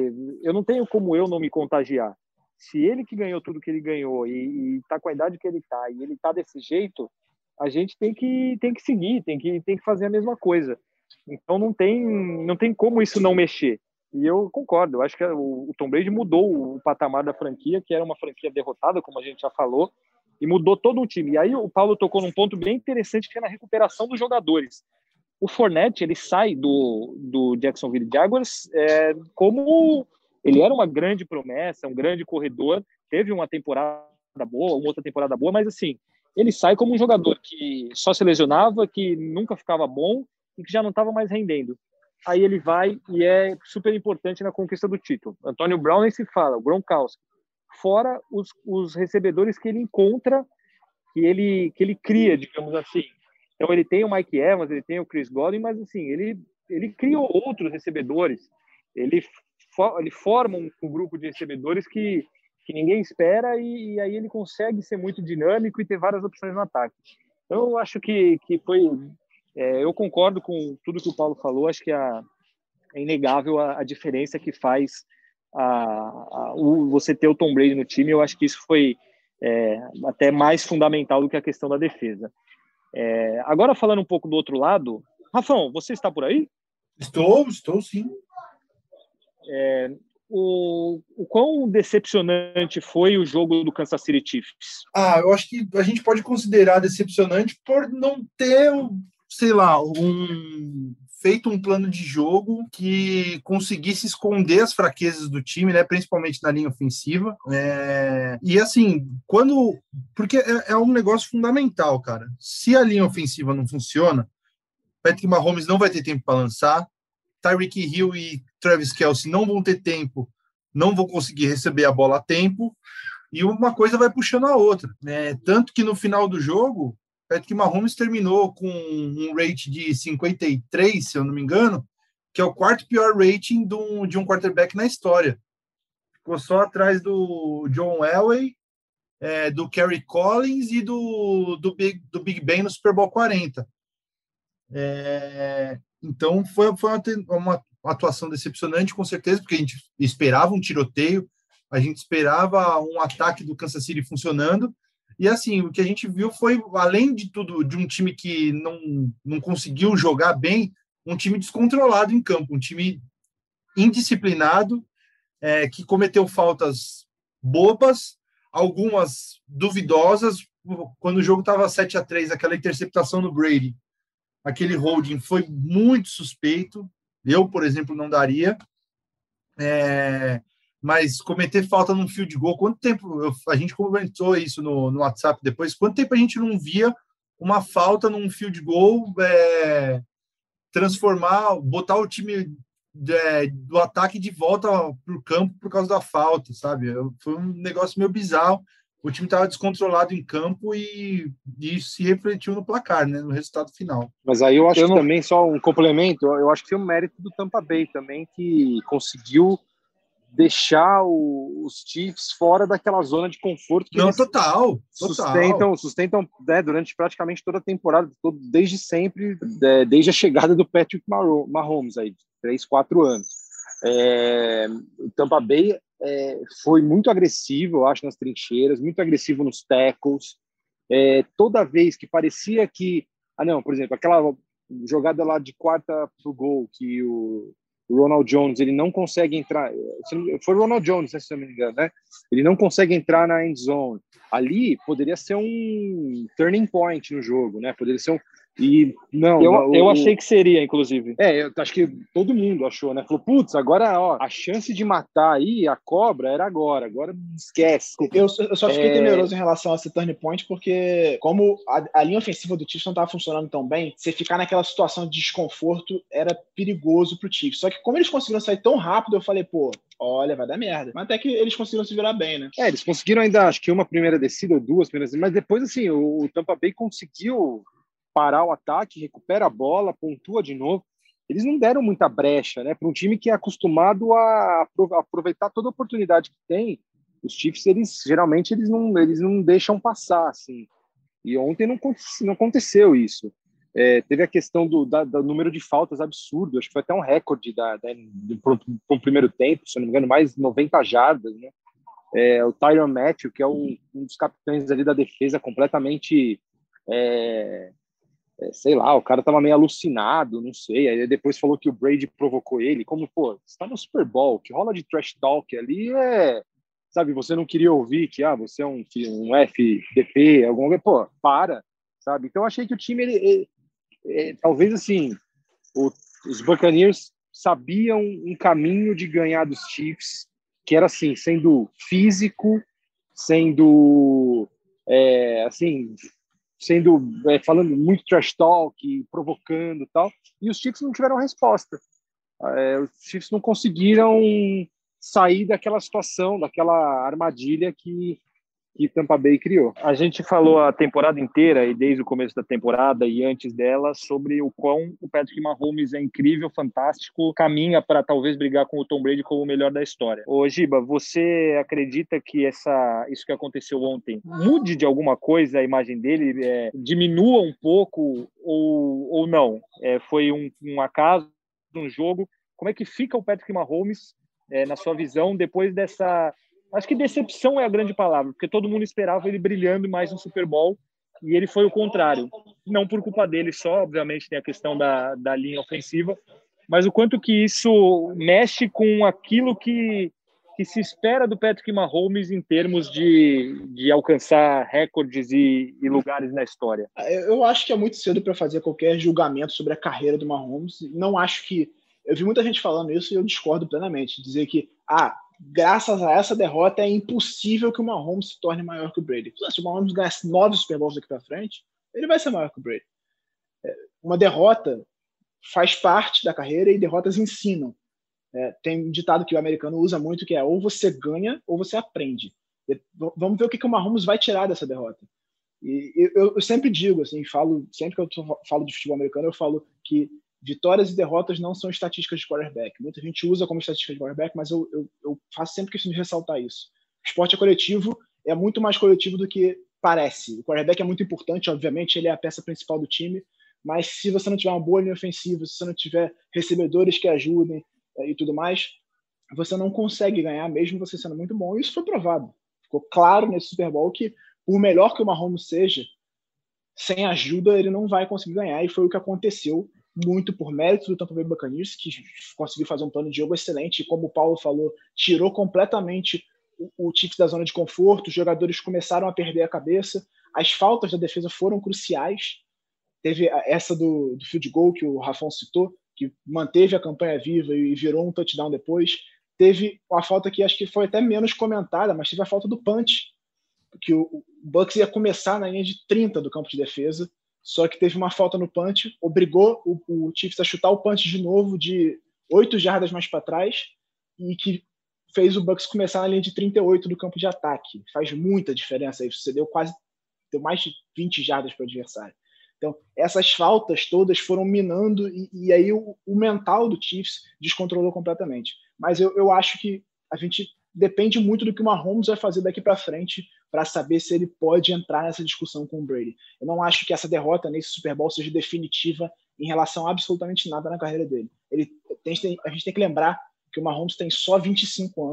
eu não tenho como eu não me contagiar. Se ele que ganhou tudo que ele ganhou e, e tá com a idade que ele tá, e ele tá desse jeito, a gente tem que, tem que seguir, tem que, tem que fazer a mesma coisa. Então não tem, não tem como isso não mexer. E eu concordo, eu acho que o, o Tom Brady mudou o patamar da franquia, que era uma franquia derrotada, como a gente já falou, e mudou todo o time. E aí o Paulo tocou num ponto bem interessante, que é na recuperação dos jogadores. O Fournette, ele sai do, do Jacksonville Jaguars é, como... Ele era uma grande promessa, um grande corredor, teve uma temporada boa, uma outra temporada boa, mas assim, ele sai como um jogador que só se lesionava, que nunca ficava bom e que já não estava mais rendendo. Aí ele vai e é super importante na conquista do título. Antônio Brown nem se fala, o Gronkowski. Fora os, os recebedores que ele encontra, que ele, que ele cria, digamos assim. Então ele tem o Mike Evans, ele tem o Chris Godwin, mas assim, ele, ele cria outros recebedores. Ele, ele forma um, um grupo de recebedores que que ninguém espera, e, e aí ele consegue ser muito dinâmico e ter várias opções no ataque. Então, eu acho que, que foi... É, eu concordo com tudo que o Paulo falou, acho que a, é inegável a, a diferença que faz a, a, o, você ter o Tom Brady no time. Eu acho que isso foi é, até mais fundamental do que a questão da defesa. É, agora, falando um pouco do outro lado, Rafão, você está por aí? Estou, estou sim. É, O, o quão decepcionante foi o jogo do Kansas City Chiefs? Ah, eu acho que a gente pode considerar decepcionante por não ter, sei lá, um feito um plano de jogo que conseguisse esconder as fraquezas do time, né, principalmente na linha ofensiva. É, e assim, quando... Porque é, é um negócio fundamental, cara. Se a linha ofensiva não funciona, Patrick Mahomes não vai ter tempo para lançar, Tyreek Hill e Travis Kelce não vão ter tempo, não vão conseguir receber a bola a tempo, e uma coisa vai puxando a outra, né? Tanto que no final do jogo, Patrick Mahomes terminou com um rate de cinquenta e três, se eu não me engano, que é o quarto pior rating de um, de um quarterback na história. Ficou só atrás do John Elway, é, do Kerry Collins e do, do, Big, do Big Ben no Super Bowl quarenta. É... Então, foi, foi uma, uma atuação decepcionante, com certeza, porque a gente esperava um tiroteio, a gente esperava um ataque do Kansas City funcionando, e assim, o que a gente viu foi, além de tudo, de um time que não, não conseguiu jogar bem, um time descontrolado em campo, um time indisciplinado, é, que cometeu faltas bobas, algumas duvidosas. Quando o jogo estava sete a três, aquela interceptação no Brady, aquele holding foi muito suspeito. Eu, por exemplo, não daria. É, mas cometer falta num field goal, quanto tempo... Eu, a gente comentou isso no, no WhatsApp depois. Quanto tempo a gente não via uma falta num field goal é, transformar, botar o time é, do ataque de volta para o campo por causa da falta, sabe? Foi um negócio meio bizarro. O time estava descontrolado em campo e, e isso se refletiu no placar, né, no resultado final. Mas aí eu acho eu que não... também, só um complemento, eu acho que foi um mérito do Tampa Bay também, que conseguiu deixar o, os Chiefs fora daquela zona de conforto que Não, eles total, sustentam, total. sustentam né, durante praticamente toda a temporada, todo, desde sempre, é, desde a chegada do Patrick Mahomes, aí, três, quatro anos. É, o Tampa Bay é, foi muito agressivo, eu acho, nas trincheiras, muito agressivo nos tackles, É, toda vez que parecia que... Ah, não, por exemplo, aquela jogada lá de quarta pro gol, que o Ronald Jones, ele não consegue entrar... Foi o Ronald Jones, né, se não me engano, né? Ele não consegue entrar na end zone. Ali poderia ser um turning point no jogo, né? Poderia ser um... E não, eu, não, eu o, achei que seria, inclusive. É, eu acho que todo mundo achou, né? Falou, putz, agora ó, a chance de matar aí a cobra era agora, agora esquece. Eu, eu só fiquei é... temeroso em relação a esse turn point, porque como a, a linha ofensiva do Chiefs não estava funcionando tão bem, você ficar naquela situação de desconforto era perigoso pro Chiefs. Só que como eles conseguiram sair tão rápido, eu falei, pô, olha, vai dar merda. Mas até que eles conseguiram se virar bem, né? É, eles conseguiram ainda, acho que uma primeira descida ou duas primeiras, mas depois, assim, o, o Tampa Bay conseguiu parar o ataque, recupera a bola, pontua de novo. Eles não deram muita brecha, né? Para um time que é acostumado a aproveitar toda a oportunidade que tem, os Chiefs, eles geralmente eles não, eles não deixam passar, assim. E ontem não, não aconteceu isso. É, teve a questão do, da, do número de faltas absurdo, acho que foi até um recorde da, da, para o primeiro tempo, se não me engano, mais noventa jardas, né? É, o Tyrann Mathieu, que é um, um dos capitães ali da defesa, completamente... É, É, sei lá, o cara tava meio alucinado, não sei, aí depois falou que o Brady provocou ele, como, pô, você tá no Super Bowl, que rola de trash talk ali é, sabe, você não queria ouvir que, ah, você é um, um F D P, alguma coisa, pô, para, sabe, então eu achei que o time, ele, ele, ele, talvez assim, o, os Buccaneers sabiam um caminho de ganhar dos Chiefs, que era assim, sendo físico, sendo, é, assim... sendo é, falando muito trash talk, provocando e tal, e os Chiefs não tiveram resposta. É, os Chiefs não conseguiram sair daquela situação, daquela armadilha que que Tampa Bay criou. A gente falou a temporada inteira e desde o começo da temporada e antes dela sobre o quão o Patrick Mahomes é incrível, fantástico, caminha para talvez brigar com o Tom Brady como o melhor da história. Ô Giba, você acredita que essa, isso que aconteceu ontem mude de alguma coisa a imagem dele, é, diminua um pouco ou, ou não? É, foi um, um acaso, um jogo? Como é que fica o Patrick Mahomes, é, na sua visão, depois dessa... Acho que decepção é a grande palavra, porque todo mundo esperava ele brilhando mais no Super Bowl e ele foi o contrário. Não por culpa dele só, obviamente tem a questão da, da linha ofensiva, mas o quanto que isso mexe com aquilo que, que se espera do Patrick Mahomes em termos de, de alcançar recordes e, e lugares na história. Eu acho que é muito cedo para fazer qualquer julgamento sobre a carreira do Mahomes. Não acho que... Eu vi muita gente falando isso e eu discordo plenamente. Dizer que, ah, graças a essa derrota é impossível que o Mahomes se torne maior que o Brady. Se o Mahomes ganhar nove Super Bowls daqui para frente, ele vai ser maior que o Brady. Uma derrota faz parte da carreira e derrotas ensinam. É, tem um ditado que o americano usa muito, que é ou você ganha ou você aprende. Vamos ver o que, que o Mahomes vai tirar dessa derrota. E eu, eu sempre digo, assim, falo, sempre que eu falo de futebol americano, eu falo que vitórias e derrotas não são estatísticas de quarterback. Muita gente usa como estatística de quarterback, mas eu, eu, eu faço sempre questão de ressaltar isso. O esporte é coletivo, é muito mais coletivo do que parece. O quarterback é muito importante, obviamente, ele é a peça principal do time, mas se você não tiver uma boa linha ofensiva, se você não tiver recebedores que ajudem é, e tudo mais, você não consegue ganhar, mesmo você sendo muito bom. E isso foi provado. Ficou claro nesse Super Bowl que, por melhor que o Mahomes seja, sem ajuda ele não vai conseguir ganhar, e foi o que aconteceu, muito por mérito do Tampa Bay Buccaneers, que conseguiu fazer um plano de jogo excelente, e como o Paulo falou, tirou completamente o, o Chiefs da zona de conforto, os jogadores começaram a perder a cabeça, as faltas da defesa foram cruciais, teve essa do, do field goal que o Rafão citou, que manteve a campanha viva e virou um touchdown depois, teve a falta que acho que foi até menos comentada, mas teve a falta do punch, que o, o Bucs ia começar na linha de trinta do campo de defesa, só que teve uma falta no punch, obrigou o, o Chiefs a chutar o punch de novo de oito jardas mais para trás e que fez o Bucs começar na linha de trinta e oito do campo de ataque. Faz muita diferença isso. Você deu quase deu mais de vinte jardas para o adversário. Então, essas faltas todas foram minando e, e aí o, o mental do Chiefs descontrolou completamente. Mas eu, eu acho que a gente depende muito do que o Mahomes vai fazer daqui para frente para saber se ele pode entrar nessa discussão com o Brady. Eu não acho que essa derrota nesse Super Bowl seja definitiva em relação a absolutamente nada na carreira dele. Ele tem, a gente tem que lembrar que o Mahomes tem só vinte e cinco anos,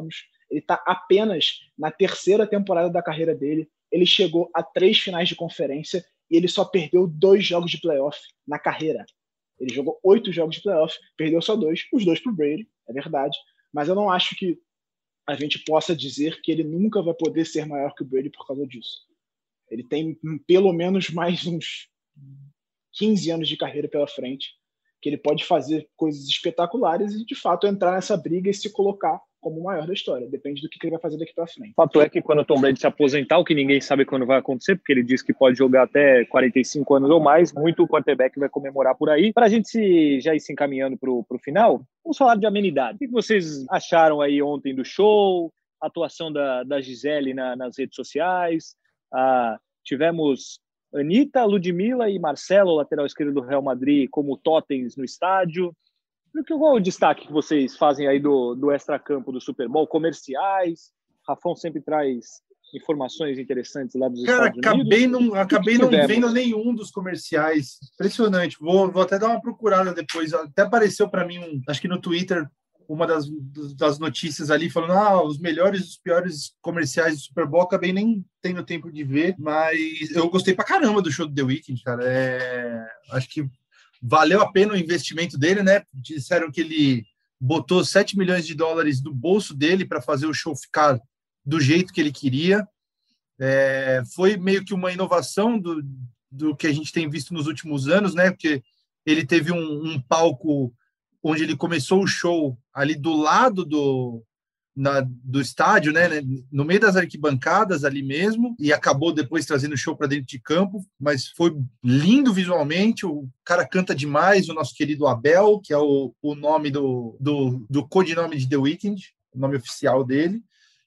Ele está apenas na terceira temporada da carreira dele. Ele chegou a três finais de conferência e ele só perdeu dois jogos de playoff na carreira. Ele jogou oito jogos de playoff, perdeu só dois, os dois para o Brady, é verdade. Mas eu não acho que a gente possa dizer que ele nunca vai poder ser maior que o Brady por causa disso. Ele tem pelo menos mais uns quinze anos de carreira pela frente, que ele pode fazer coisas espetaculares e, de fato, entrar nessa briga e se colocar como o maior da história. Depende do que ele vai fazer daqui para frente. O fato é que quando o Tom Brady se aposentar, o que ninguém sabe quando vai acontecer, porque ele diz que pode jogar até quarenta e cinco anos ou mais, muito o quarterback vai comemorar por aí. Para a gente se, já ir se encaminhando para o final, vamos falar de amenidade. O que vocês acharam aí ontem do show, a atuação da, da Gisele na, nas redes sociais? Ah, tivemos Anitta, Ludmilla e Marcelo, lateral esquerdo do Real Madrid, como totens no estádio. Qual é o destaque que vocês fazem aí do, do extracampo do Super Bowl? Comerciais? Rafão sempre traz informações interessantes lá dos Cara, Estados Unidos. acabei não, acabei não tivemos? vendo nenhum dos comerciais. Impressionante. Vou, vou até dar uma procurada depois. Até apareceu para mim, um, acho que no Twitter, uma das, das notícias ali falando ah, os melhores e os piores comerciais do Super Bowl. Acabei nem tendo tempo de ver, mas eu gostei pra caramba do show do The Weeknd, cara. É, acho que valeu a pena o investimento dele, né? Disseram que ele botou sete milhões de dólares do bolso dele para fazer o show ficar do jeito que ele queria. É, foi meio que uma inovação do, do que a gente tem visto nos últimos anos, né? Porque ele teve um, um palco onde ele começou o show ali do lado do, na, do estádio, né? No meio das arquibancadas ali mesmo, e acabou depois trazendo o show para dentro de campo, mas foi lindo visualmente. O cara canta demais, o nosso querido Abel, que é o, o nome do, do, do codinome de The Weeknd, o nome oficial dele.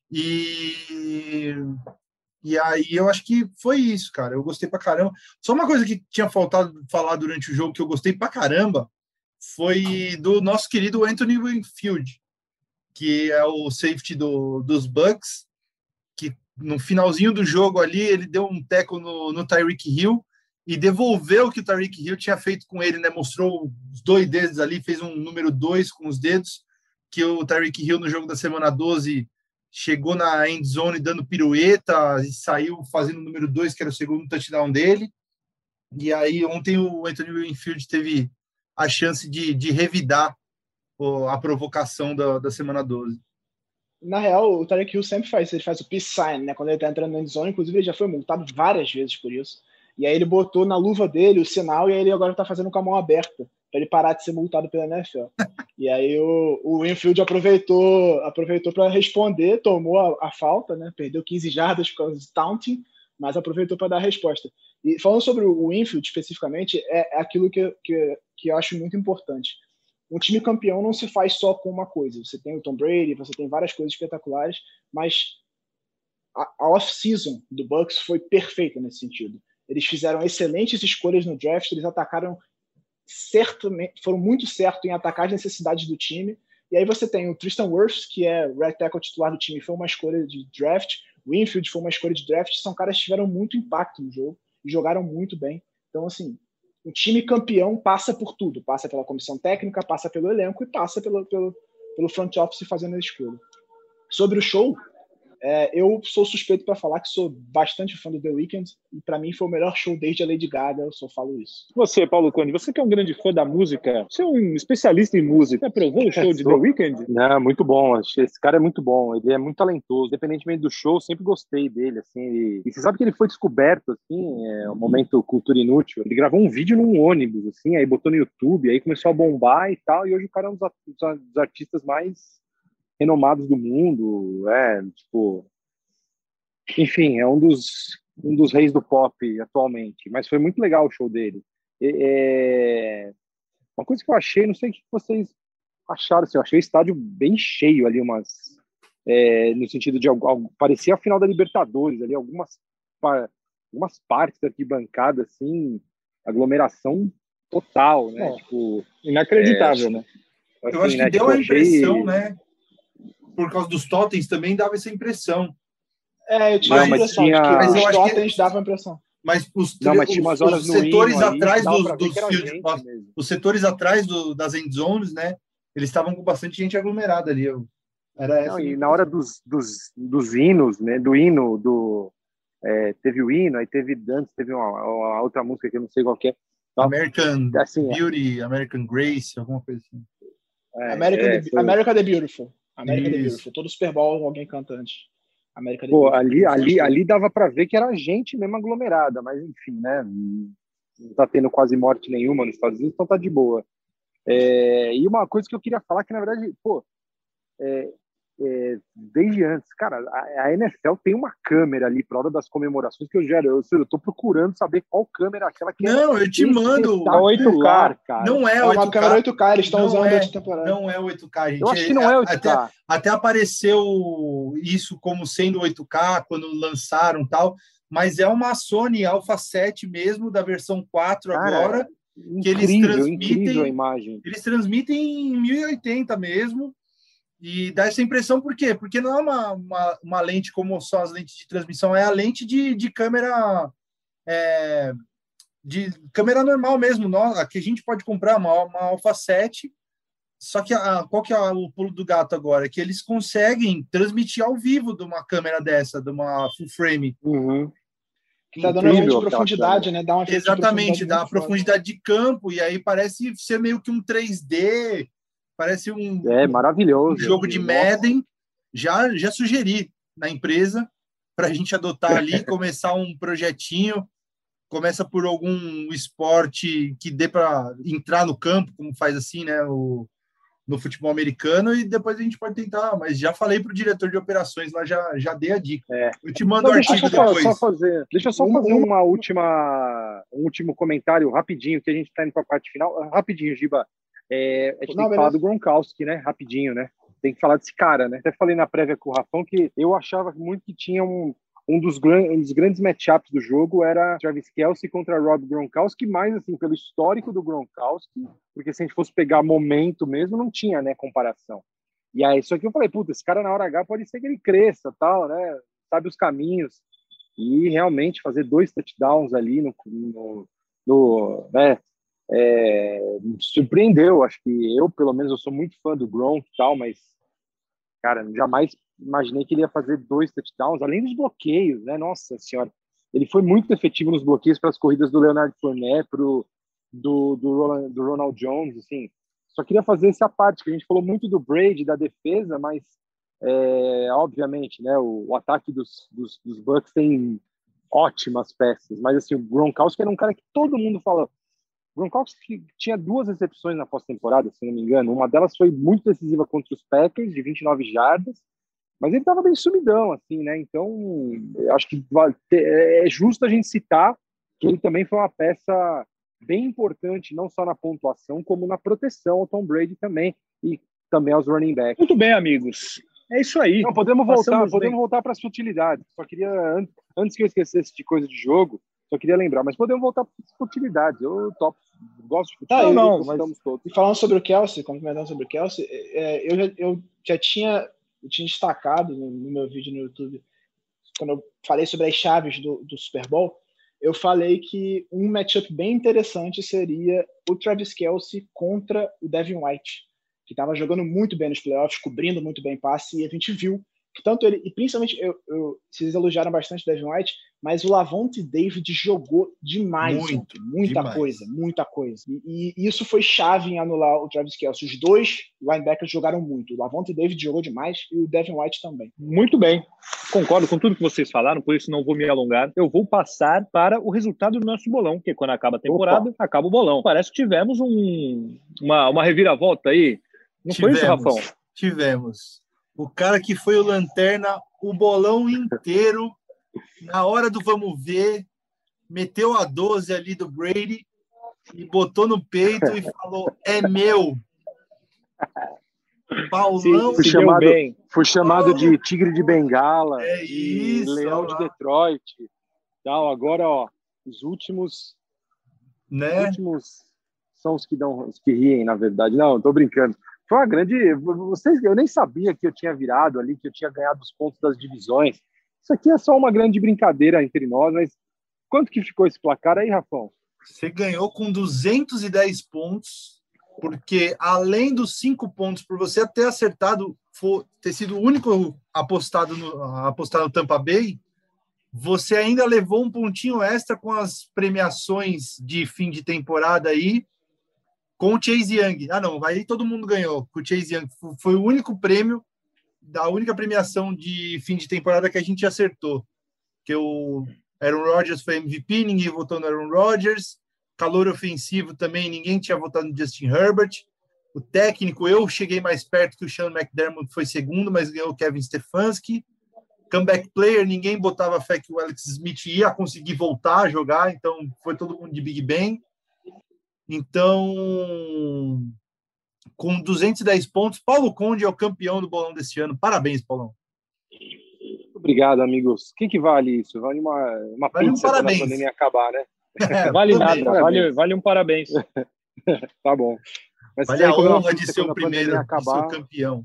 E, e aí eu acho que foi isso, cara. Eu gostei pra caramba. Só uma coisa que tinha faltado falar durante o jogo que eu gostei pra caramba foi do nosso querido Anthony Winfield, que é o safety do, dos Bucks, que no finalzinho do jogo ali ele deu um teco no, no Tyreek Hill e devolveu o que o Tyreek Hill tinha feito com ele, né? Mostrou os dois dedos ali, fez um número dois com os dedos, que o Tyreek Hill no jogo da semana doze chegou na end zone dando pirueta e saiu fazendo o número dois, que era o segundo touchdown dele. E aí ontem o Anthony Winfield teve a chance de, de revidar a provocação da, da semana doze. Na real, o Tyreek Hill sempre faz, ele faz o peace sign, né? Quando ele tá entrando na endzone, inclusive ele já foi multado várias vezes por isso. E aí ele botou na luva dele o sinal e aí ele agora tá fazendo com a mão aberta para ele parar de ser multado pela N F L. E aí o, o Winfield aproveitou aproveitou para responder, tomou a, a falta, né? Perdeu quinze jardas por causa de taunting, mas aproveitou para dar a resposta. E falando sobre o Winfield especificamente, é, é aquilo que, que, que eu acho muito importante. Um time campeão não se faz só com uma coisa. Você tem o Tom Brady, você tem várias coisas espetaculares, mas a, a off-season do Bucks foi perfeita nesse sentido. Eles fizeram excelentes escolhas no draft, eles atacaram certamente, foram muito certos em atacar as necessidades do time. E aí você tem o Tristan Wirfs, que é o right tackle titular do time, foi uma escolha de draft. O Winfield foi uma escolha de draft. São caras que tiveram muito impacto no jogo e jogaram muito bem. Então, assim, o time campeão passa por tudo. Passa pela comissão técnica, passa pelo elenco e passa pelo, pelo, pelo front office fazendo a escolha. Sobre o show, é, eu sou suspeito para falar que sou bastante fã do The Weeknd e para mim foi o melhor show desde a Lady Gaga, eu só falo isso. Você, Paulo Cone, você que é um grande fã da música, você é um especialista em música, aprovou o show de The Weeknd? Não, muito bom, esse cara é muito bom, ele é muito talentoso, independentemente do show, sempre gostei dele, assim, ele... e você sabe que ele foi descoberto, assim, é um momento cultura inútil, ele gravou um vídeo num ônibus, assim, aí botou no YouTube, aí começou a bombar e tal, e hoje o cara é um dos artistas mais renomados do mundo, é, tipo... Enfim, é um dos, um dos reis do pop atualmente, mas foi muito legal o show dele. É... Uma coisa que eu achei, não sei o que vocês acharam, assim, eu achei o estádio bem cheio ali, umas... É, no sentido de... Parecia a final da Libertadores, ali, algumas, algumas partes da arquibancada, assim, aglomeração total, né? É, tipo, inacreditável, é, né? Assim, eu acho que né, deu tipo, a impressão, achei... né? Por causa dos totens também dava essa impressão. É, eu tinha não, a impressão tinha... de que mas os eu acho totens que... davam a impressão. Mas os, não, mas os, os setores atrás ali, dos, dos field, os setores atrás do, das end zones, né? Eles estavam com bastante gente aglomerada ali. Eu... Era essa. Não, e na hora dos, dos, dos hinos, né? Do hino, do, é, teve o hino, aí teve antes, teve uma, uma outra música que eu não sei qual que é. Então, American assim, Beauty, American Grace, alguma coisa assim. é, America, é, the, foi... America the Beautiful. America the Isso. Beautiful. Todo Super Bowl alguém canta antes. America the Pô, Beautiful. ali, ali, ali dava para ver que era gente mesmo aglomerada, mas enfim, né? Não tá tendo quase morte nenhuma nos Estados Unidos, então tá de boa. É, e uma coisa que eu queria falar que, na verdade, pô, é, é, desde antes, cara, a, a N F L tem uma câmera ali para hora das comemorações que eu gero. Eu, eu tô procurando saber qual câmera é aquela que Não, eu te mando. é oito K, cara. Não é, É oito K. uma câmera oito K, eles estão usando é, essa temporada. Não é oito K, gente. Eu acho que não é oito K. Até, até apareceu isso como sendo oito K quando lançaram tal, mas é uma Sony Alpha sete mesmo, da versão quatro Cara, agora, incrível, que eles transmitem, incrível a imagem. Eles transmitem em mil e oitenta mesmo, e dá essa impressão por quê? Porque não é uma, uma, uma lente como só as lentes de transmissão, é a lente de, de câmera é, de câmera normal mesmo, a que a gente pode comprar, uma, uma Alpha sete, só que a, qual que é o pulo do gato agora? Que eles conseguem transmitir ao vivo de uma câmera dessa, de uma full frame. Uhum. Que tá dando uma de profundidade, né? Dá uma Exatamente, dá uma profundidade de campo, e aí parece ser meio que um três D, parece um, é, maravilhoso, um jogo de Madden. Já, já sugeri na empresa para a gente adotar ali, começar um projetinho, começa por algum esporte que dê para entrar no campo, como faz assim, né, o, no futebol americano, e depois a gente pode tentar, mas já falei para o diretor de operações lá, já, já dei a dica. É. Eu te mando o artigo deixa depois. Só fazer, deixa eu só fazer uma última, um último comentário rapidinho, que a gente está indo para a parte final. Rapidinho, Giba. É, a gente Não, tem que beleza. falar do Gronkowski, né? Rapidinho, né? Tem que falar desse cara, né? Até falei na prévia com o Rafão que eu achava muito que tinha um, um, dos, um dos grandes matchups do jogo era Travis Kelce contra Rob Gronkowski, mais assim, pelo histórico do Gronkowski, porque se a gente fosse pegar momento mesmo, não tinha, né, comparação. E aí, só que eu falei, puta, esse cara na hora H pode ser que ele cresça, tal, né? Sabe os caminhos. E realmente fazer dois touchdowns ali no, no, no né? É, me surpreendeu, acho que eu, pelo menos, eu sou muito fã do Gronk e tal, mas, cara, jamais imaginei que ele ia fazer dois touchdowns, além dos bloqueios, né, nossa senhora, ele foi muito efetivo nos bloqueios para as corridas do Leonard Fournette, pro, do, do, Roland, do Ronald Jones, assim, só queria fazer essa parte, que a gente falou muito do Brady, da defesa, mas, é, obviamente, né, o, o ataque dos, dos, dos Bucks tem ótimas peças, mas, assim, o Gronkowski era um cara que todo mundo fala. Gronkowski tinha duas recepções na pós-temporada, se não me engano. Uma delas foi muito decisiva contra os Packers, de vinte e nove jardas, mas ele estava bem sumidão, assim, né? Então, eu acho que é justo a gente citar que ele também foi uma peça bem importante, não só na pontuação, como na proteção ao Tom Brady também, e também aos running backs. Muito bem, amigos. É isso aí. Não, podemos voltar, Passamos podemos bem. voltar para as futilidades. Só queria, antes que eu esquecesse de coisa de jogo, só queria lembrar, mas podemos voltar para as futilidades. Eu topo, gosto de futebol. Ah, não, não, mas estamos todos. E falando sobre o Kelce, comentando sobre o Kelce, é, eu, já, eu já tinha, eu tinha destacado no, no meu vídeo no YouTube, quando eu falei sobre as chaves do, do Super Bowl, eu falei que um matchup bem interessante seria o Travis Kelce contra o Devin White, que estava jogando muito bem nos playoffs, cobrindo muito bem passe, e a gente viu que tanto ele, e principalmente, eu, eu, vocês elogiaram bastante o Devin White, mas o Lavonte David jogou demais, muito, muita demais. coisa, muita coisa. E, e isso foi chave em anular o Travis Kelce. Os dois linebackers jogaram muito. O Lavonte David jogou demais e o Devin White também. Muito bem. Concordo com tudo que vocês falaram, por isso não vou me alongar. Eu vou passar para o resultado do nosso bolão, porque quando acaba a temporada, Opa. acaba o bolão. Parece que tivemos um, uma, uma reviravolta aí. Não tivemos, foi isso, Rafão? Tivemos. O cara que foi o lanterna, o bolão inteiro, na hora do vamos ver, meteu a doze ali do Brady e botou no peito e falou, é meu. Paulão. Fui chamado, fui chamado de Tigre de Bengala, é de isso, Leão de Detroit. Tal. Agora, ó, os últimos, né? os últimos são os que dão, os que riem, na verdade. Não, tô brincando. Foi uma grande... Vocês, eu nem sabia que eu tinha virado ali, que eu tinha ganhado os pontos das divisões. Isso aqui é só uma grande brincadeira entre nós, mas quanto que ficou esse placar aí, Rafão? Você ganhou com duzentos e dez pontos. porque além dos cinco pontos, por você ter acertado, for, ter sido o único apostado no, apostado no Tampa Bay, você ainda levou um pontinho extra com as premiações de fim de temporada aí, com o Chase Young. Ah, não, aí todo mundo ganhou com o Chase Young. Foi o único prêmio, da única premiação de fim de temporada que a gente acertou. Que o Aaron Rodgers foi M V P, ninguém votou no Aaron Rodgers. Calor ofensivo também, ninguém tinha votado no Justin Herbert. O técnico, eu cheguei mais perto que o Sean McDermott, foi segundo, mas ganhou o Kevin Stefanski. Comeback player, ninguém botava fé que o Alex Smith ia conseguir voltar a jogar, então foi todo mundo de Big Ben. Então, com duzentos e dez pontos, Paulo Conde é o campeão do bolão desse ano. Parabéns, Paulão. Obrigado, amigos. O que, que vale isso? Vale uma, uma vale pizza um parabéns. quando a pandemia acabar, né? É, vale nada, vale, vale um parabéns. Tá bom. Mas vale a honra de ser o primeiro, acabar... de ser o campeão.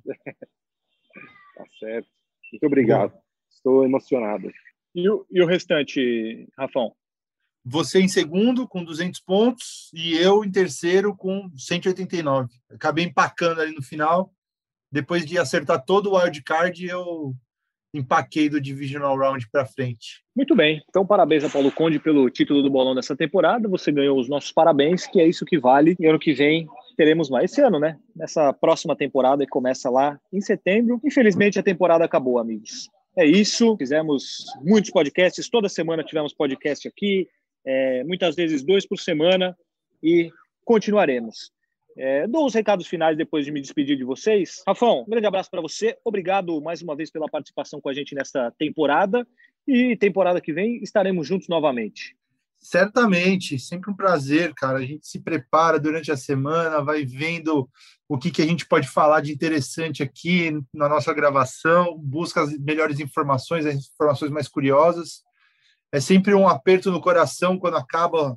Tá certo. Muito obrigado. Bom. Estou emocionado. E o, e o restante, Rafão? Você em segundo, com duzentos pontos, e eu em terceiro, com cento e oitenta e nove. Acabei empacando ali no final. Depois de acertar todo o wildcard, eu empaquei do Divisional Round para frente. Muito bem. Então, parabéns a Paulo Conde pelo título do bolão dessa temporada. Você ganhou os nossos parabéns, que é isso que vale. E ano que vem teremos mais. Esse ano, né? Nessa próxima temporada que começa lá em setembro. Infelizmente, a temporada acabou, amigos. É isso. Fizemos muitos podcasts. Toda semana tivemos podcast aqui. É, muitas vezes dois por semana. E continuaremos. É, dou os recados finais depois de me despedir de vocês. Rafão, um grande abraço para você. Obrigado mais uma vez pela participação com a gente nesta temporada. E temporada que vem estaremos juntos novamente. Certamente, sempre um prazer, cara. A gente se prepara durante a semana, vai vendo o que, que a gente pode falar de interessante aqui na nossa gravação, busca as melhores informações, as informações mais curiosas. É sempre um aperto no coração quando acaba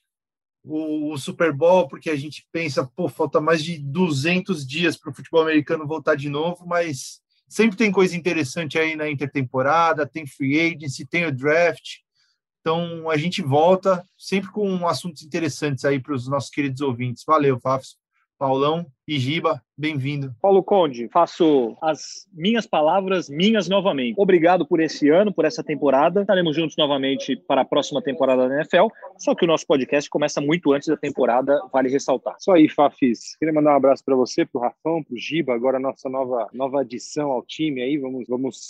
o, o Super Bowl, porque a gente pensa, pô, falta mais de duzentos dias para o futebol americano voltar de novo, mas sempre tem coisa interessante aí na intertemporada, tem free agency, tem o draft. Então, a gente volta sempre com assuntos interessantes aí para os nossos queridos ouvintes. Valeu, Fafs, Paulão e Giba, bem-vindo. Paulo Conde, faço as minhas palavras minhas novamente. Obrigado por esse ano, por essa temporada. Estaremos juntos novamente para a próxima temporada da N F L, só que o nosso podcast começa muito antes da temporada, vale ressaltar. Isso aí, Fafis. Queria mandar um abraço para você, para o Rafão, para o Giba, agora a nossa nova, nova adição ao time aí. Vamos, vamos,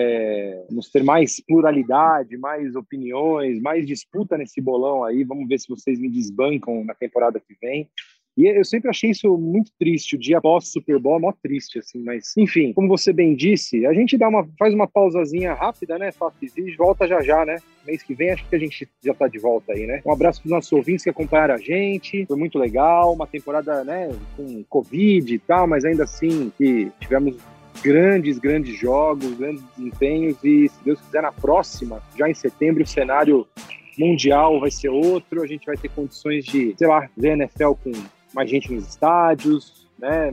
é, vamos ter mais pluralidade, mais opiniões, mais disputa nesse bolão aí. Vamos ver se vocês me desbancam na temporada que vem. E eu sempre achei isso muito triste, o dia após o Super Bowl é mó triste, assim, mas, enfim, como você bem disse, a gente dá uma, faz uma pausazinha rápida, né, Fafis, e volta já já, né? Mês que vem acho que a gente já tá de volta aí, né? Um abraço para os nossos ouvintes que acompanharam a gente, foi muito legal, uma temporada, né, com Covid e tal, mas ainda assim que tivemos grandes, grandes jogos, grandes desempenhos e, se Deus quiser, na próxima, já em setembro, o cenário mundial vai ser outro, a gente vai ter condições de, sei lá, ver a N F L com mais gente nos estádios, né?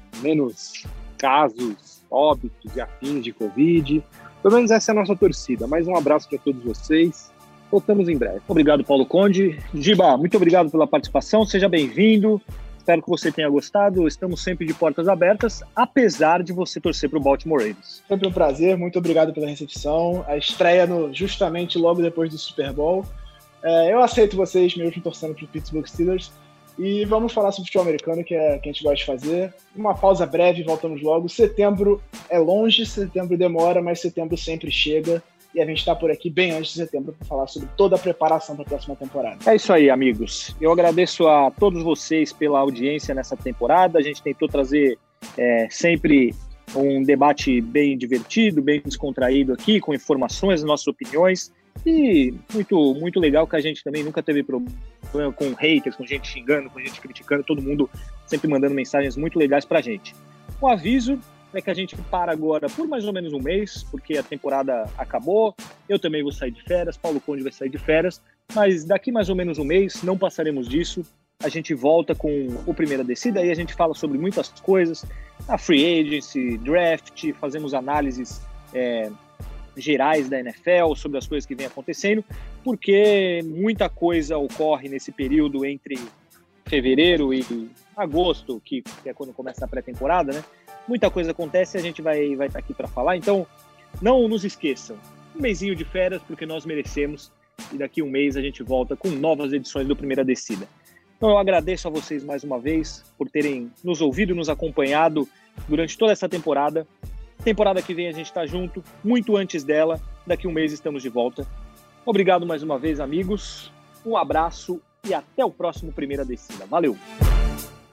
Menos casos, óbitos e afins de Covid. Pelo menos essa é a nossa torcida. Mais um abraço para todos vocês. Voltamos em breve. Obrigado, Paulo Conde. Giba, muito obrigado pela participação. Seja bem-vindo. Espero que você tenha gostado. Estamos sempre de portas abertas, apesar de você torcer para o Baltimore Ravens. Sempre um prazer. Muito obrigado pela recepção. A estreia no, justamente logo depois do Super Bowl. É, eu aceito vocês, mesmo torcendo para o Pittsburgh Steelers. E vamos falar sobre futebol americano, que é que a gente gosta de fazer. Uma pausa breve, voltamos logo. Setembro é longe, setembro demora, mas setembro sempre chega. E a gente está por aqui bem antes de setembro para falar sobre toda a preparação para a próxima temporada. É isso aí, amigos. Eu agradeço a todos vocês pela audiência nessa temporada. A gente tentou trazer é, sempre um debate bem divertido, bem descontraído aqui, com informações, nossas opiniões. E muito, muito legal que a gente também nunca teve problema com haters, com gente xingando, com gente criticando, todo mundo sempre mandando mensagens muito legais pra gente. O aviso é que a gente para agora por mais ou menos um mês, porque a temporada acabou, eu também vou sair de férias, Paulo Conde vai sair de férias, mas daqui mais ou menos um mês, não passaremos disso, a gente volta com o Primeira Descida, aí a gente fala sobre muitas coisas, a free agency, draft, fazemos análises é, gerais da N F L, sobre as coisas que vem acontecendo, porque muita coisa ocorre nesse período entre fevereiro e agosto, que, que é quando começa a pré-temporada, né? Muita coisa acontece e a gente vai vai estar aqui para falar. Então, não nos esqueçam, um mesinho de férias, porque nós merecemos. E daqui a um mês a gente volta com novas edições do Primeira Descida. Então eu agradeço a vocês mais uma vez por terem nos ouvido e nos acompanhado durante toda essa temporada. Temporada que vem a gente está junto, muito antes dela. Daqui a um mês estamos de volta. Obrigado mais uma vez, amigos. Um abraço e até o próximo Primeira Descida. Valeu!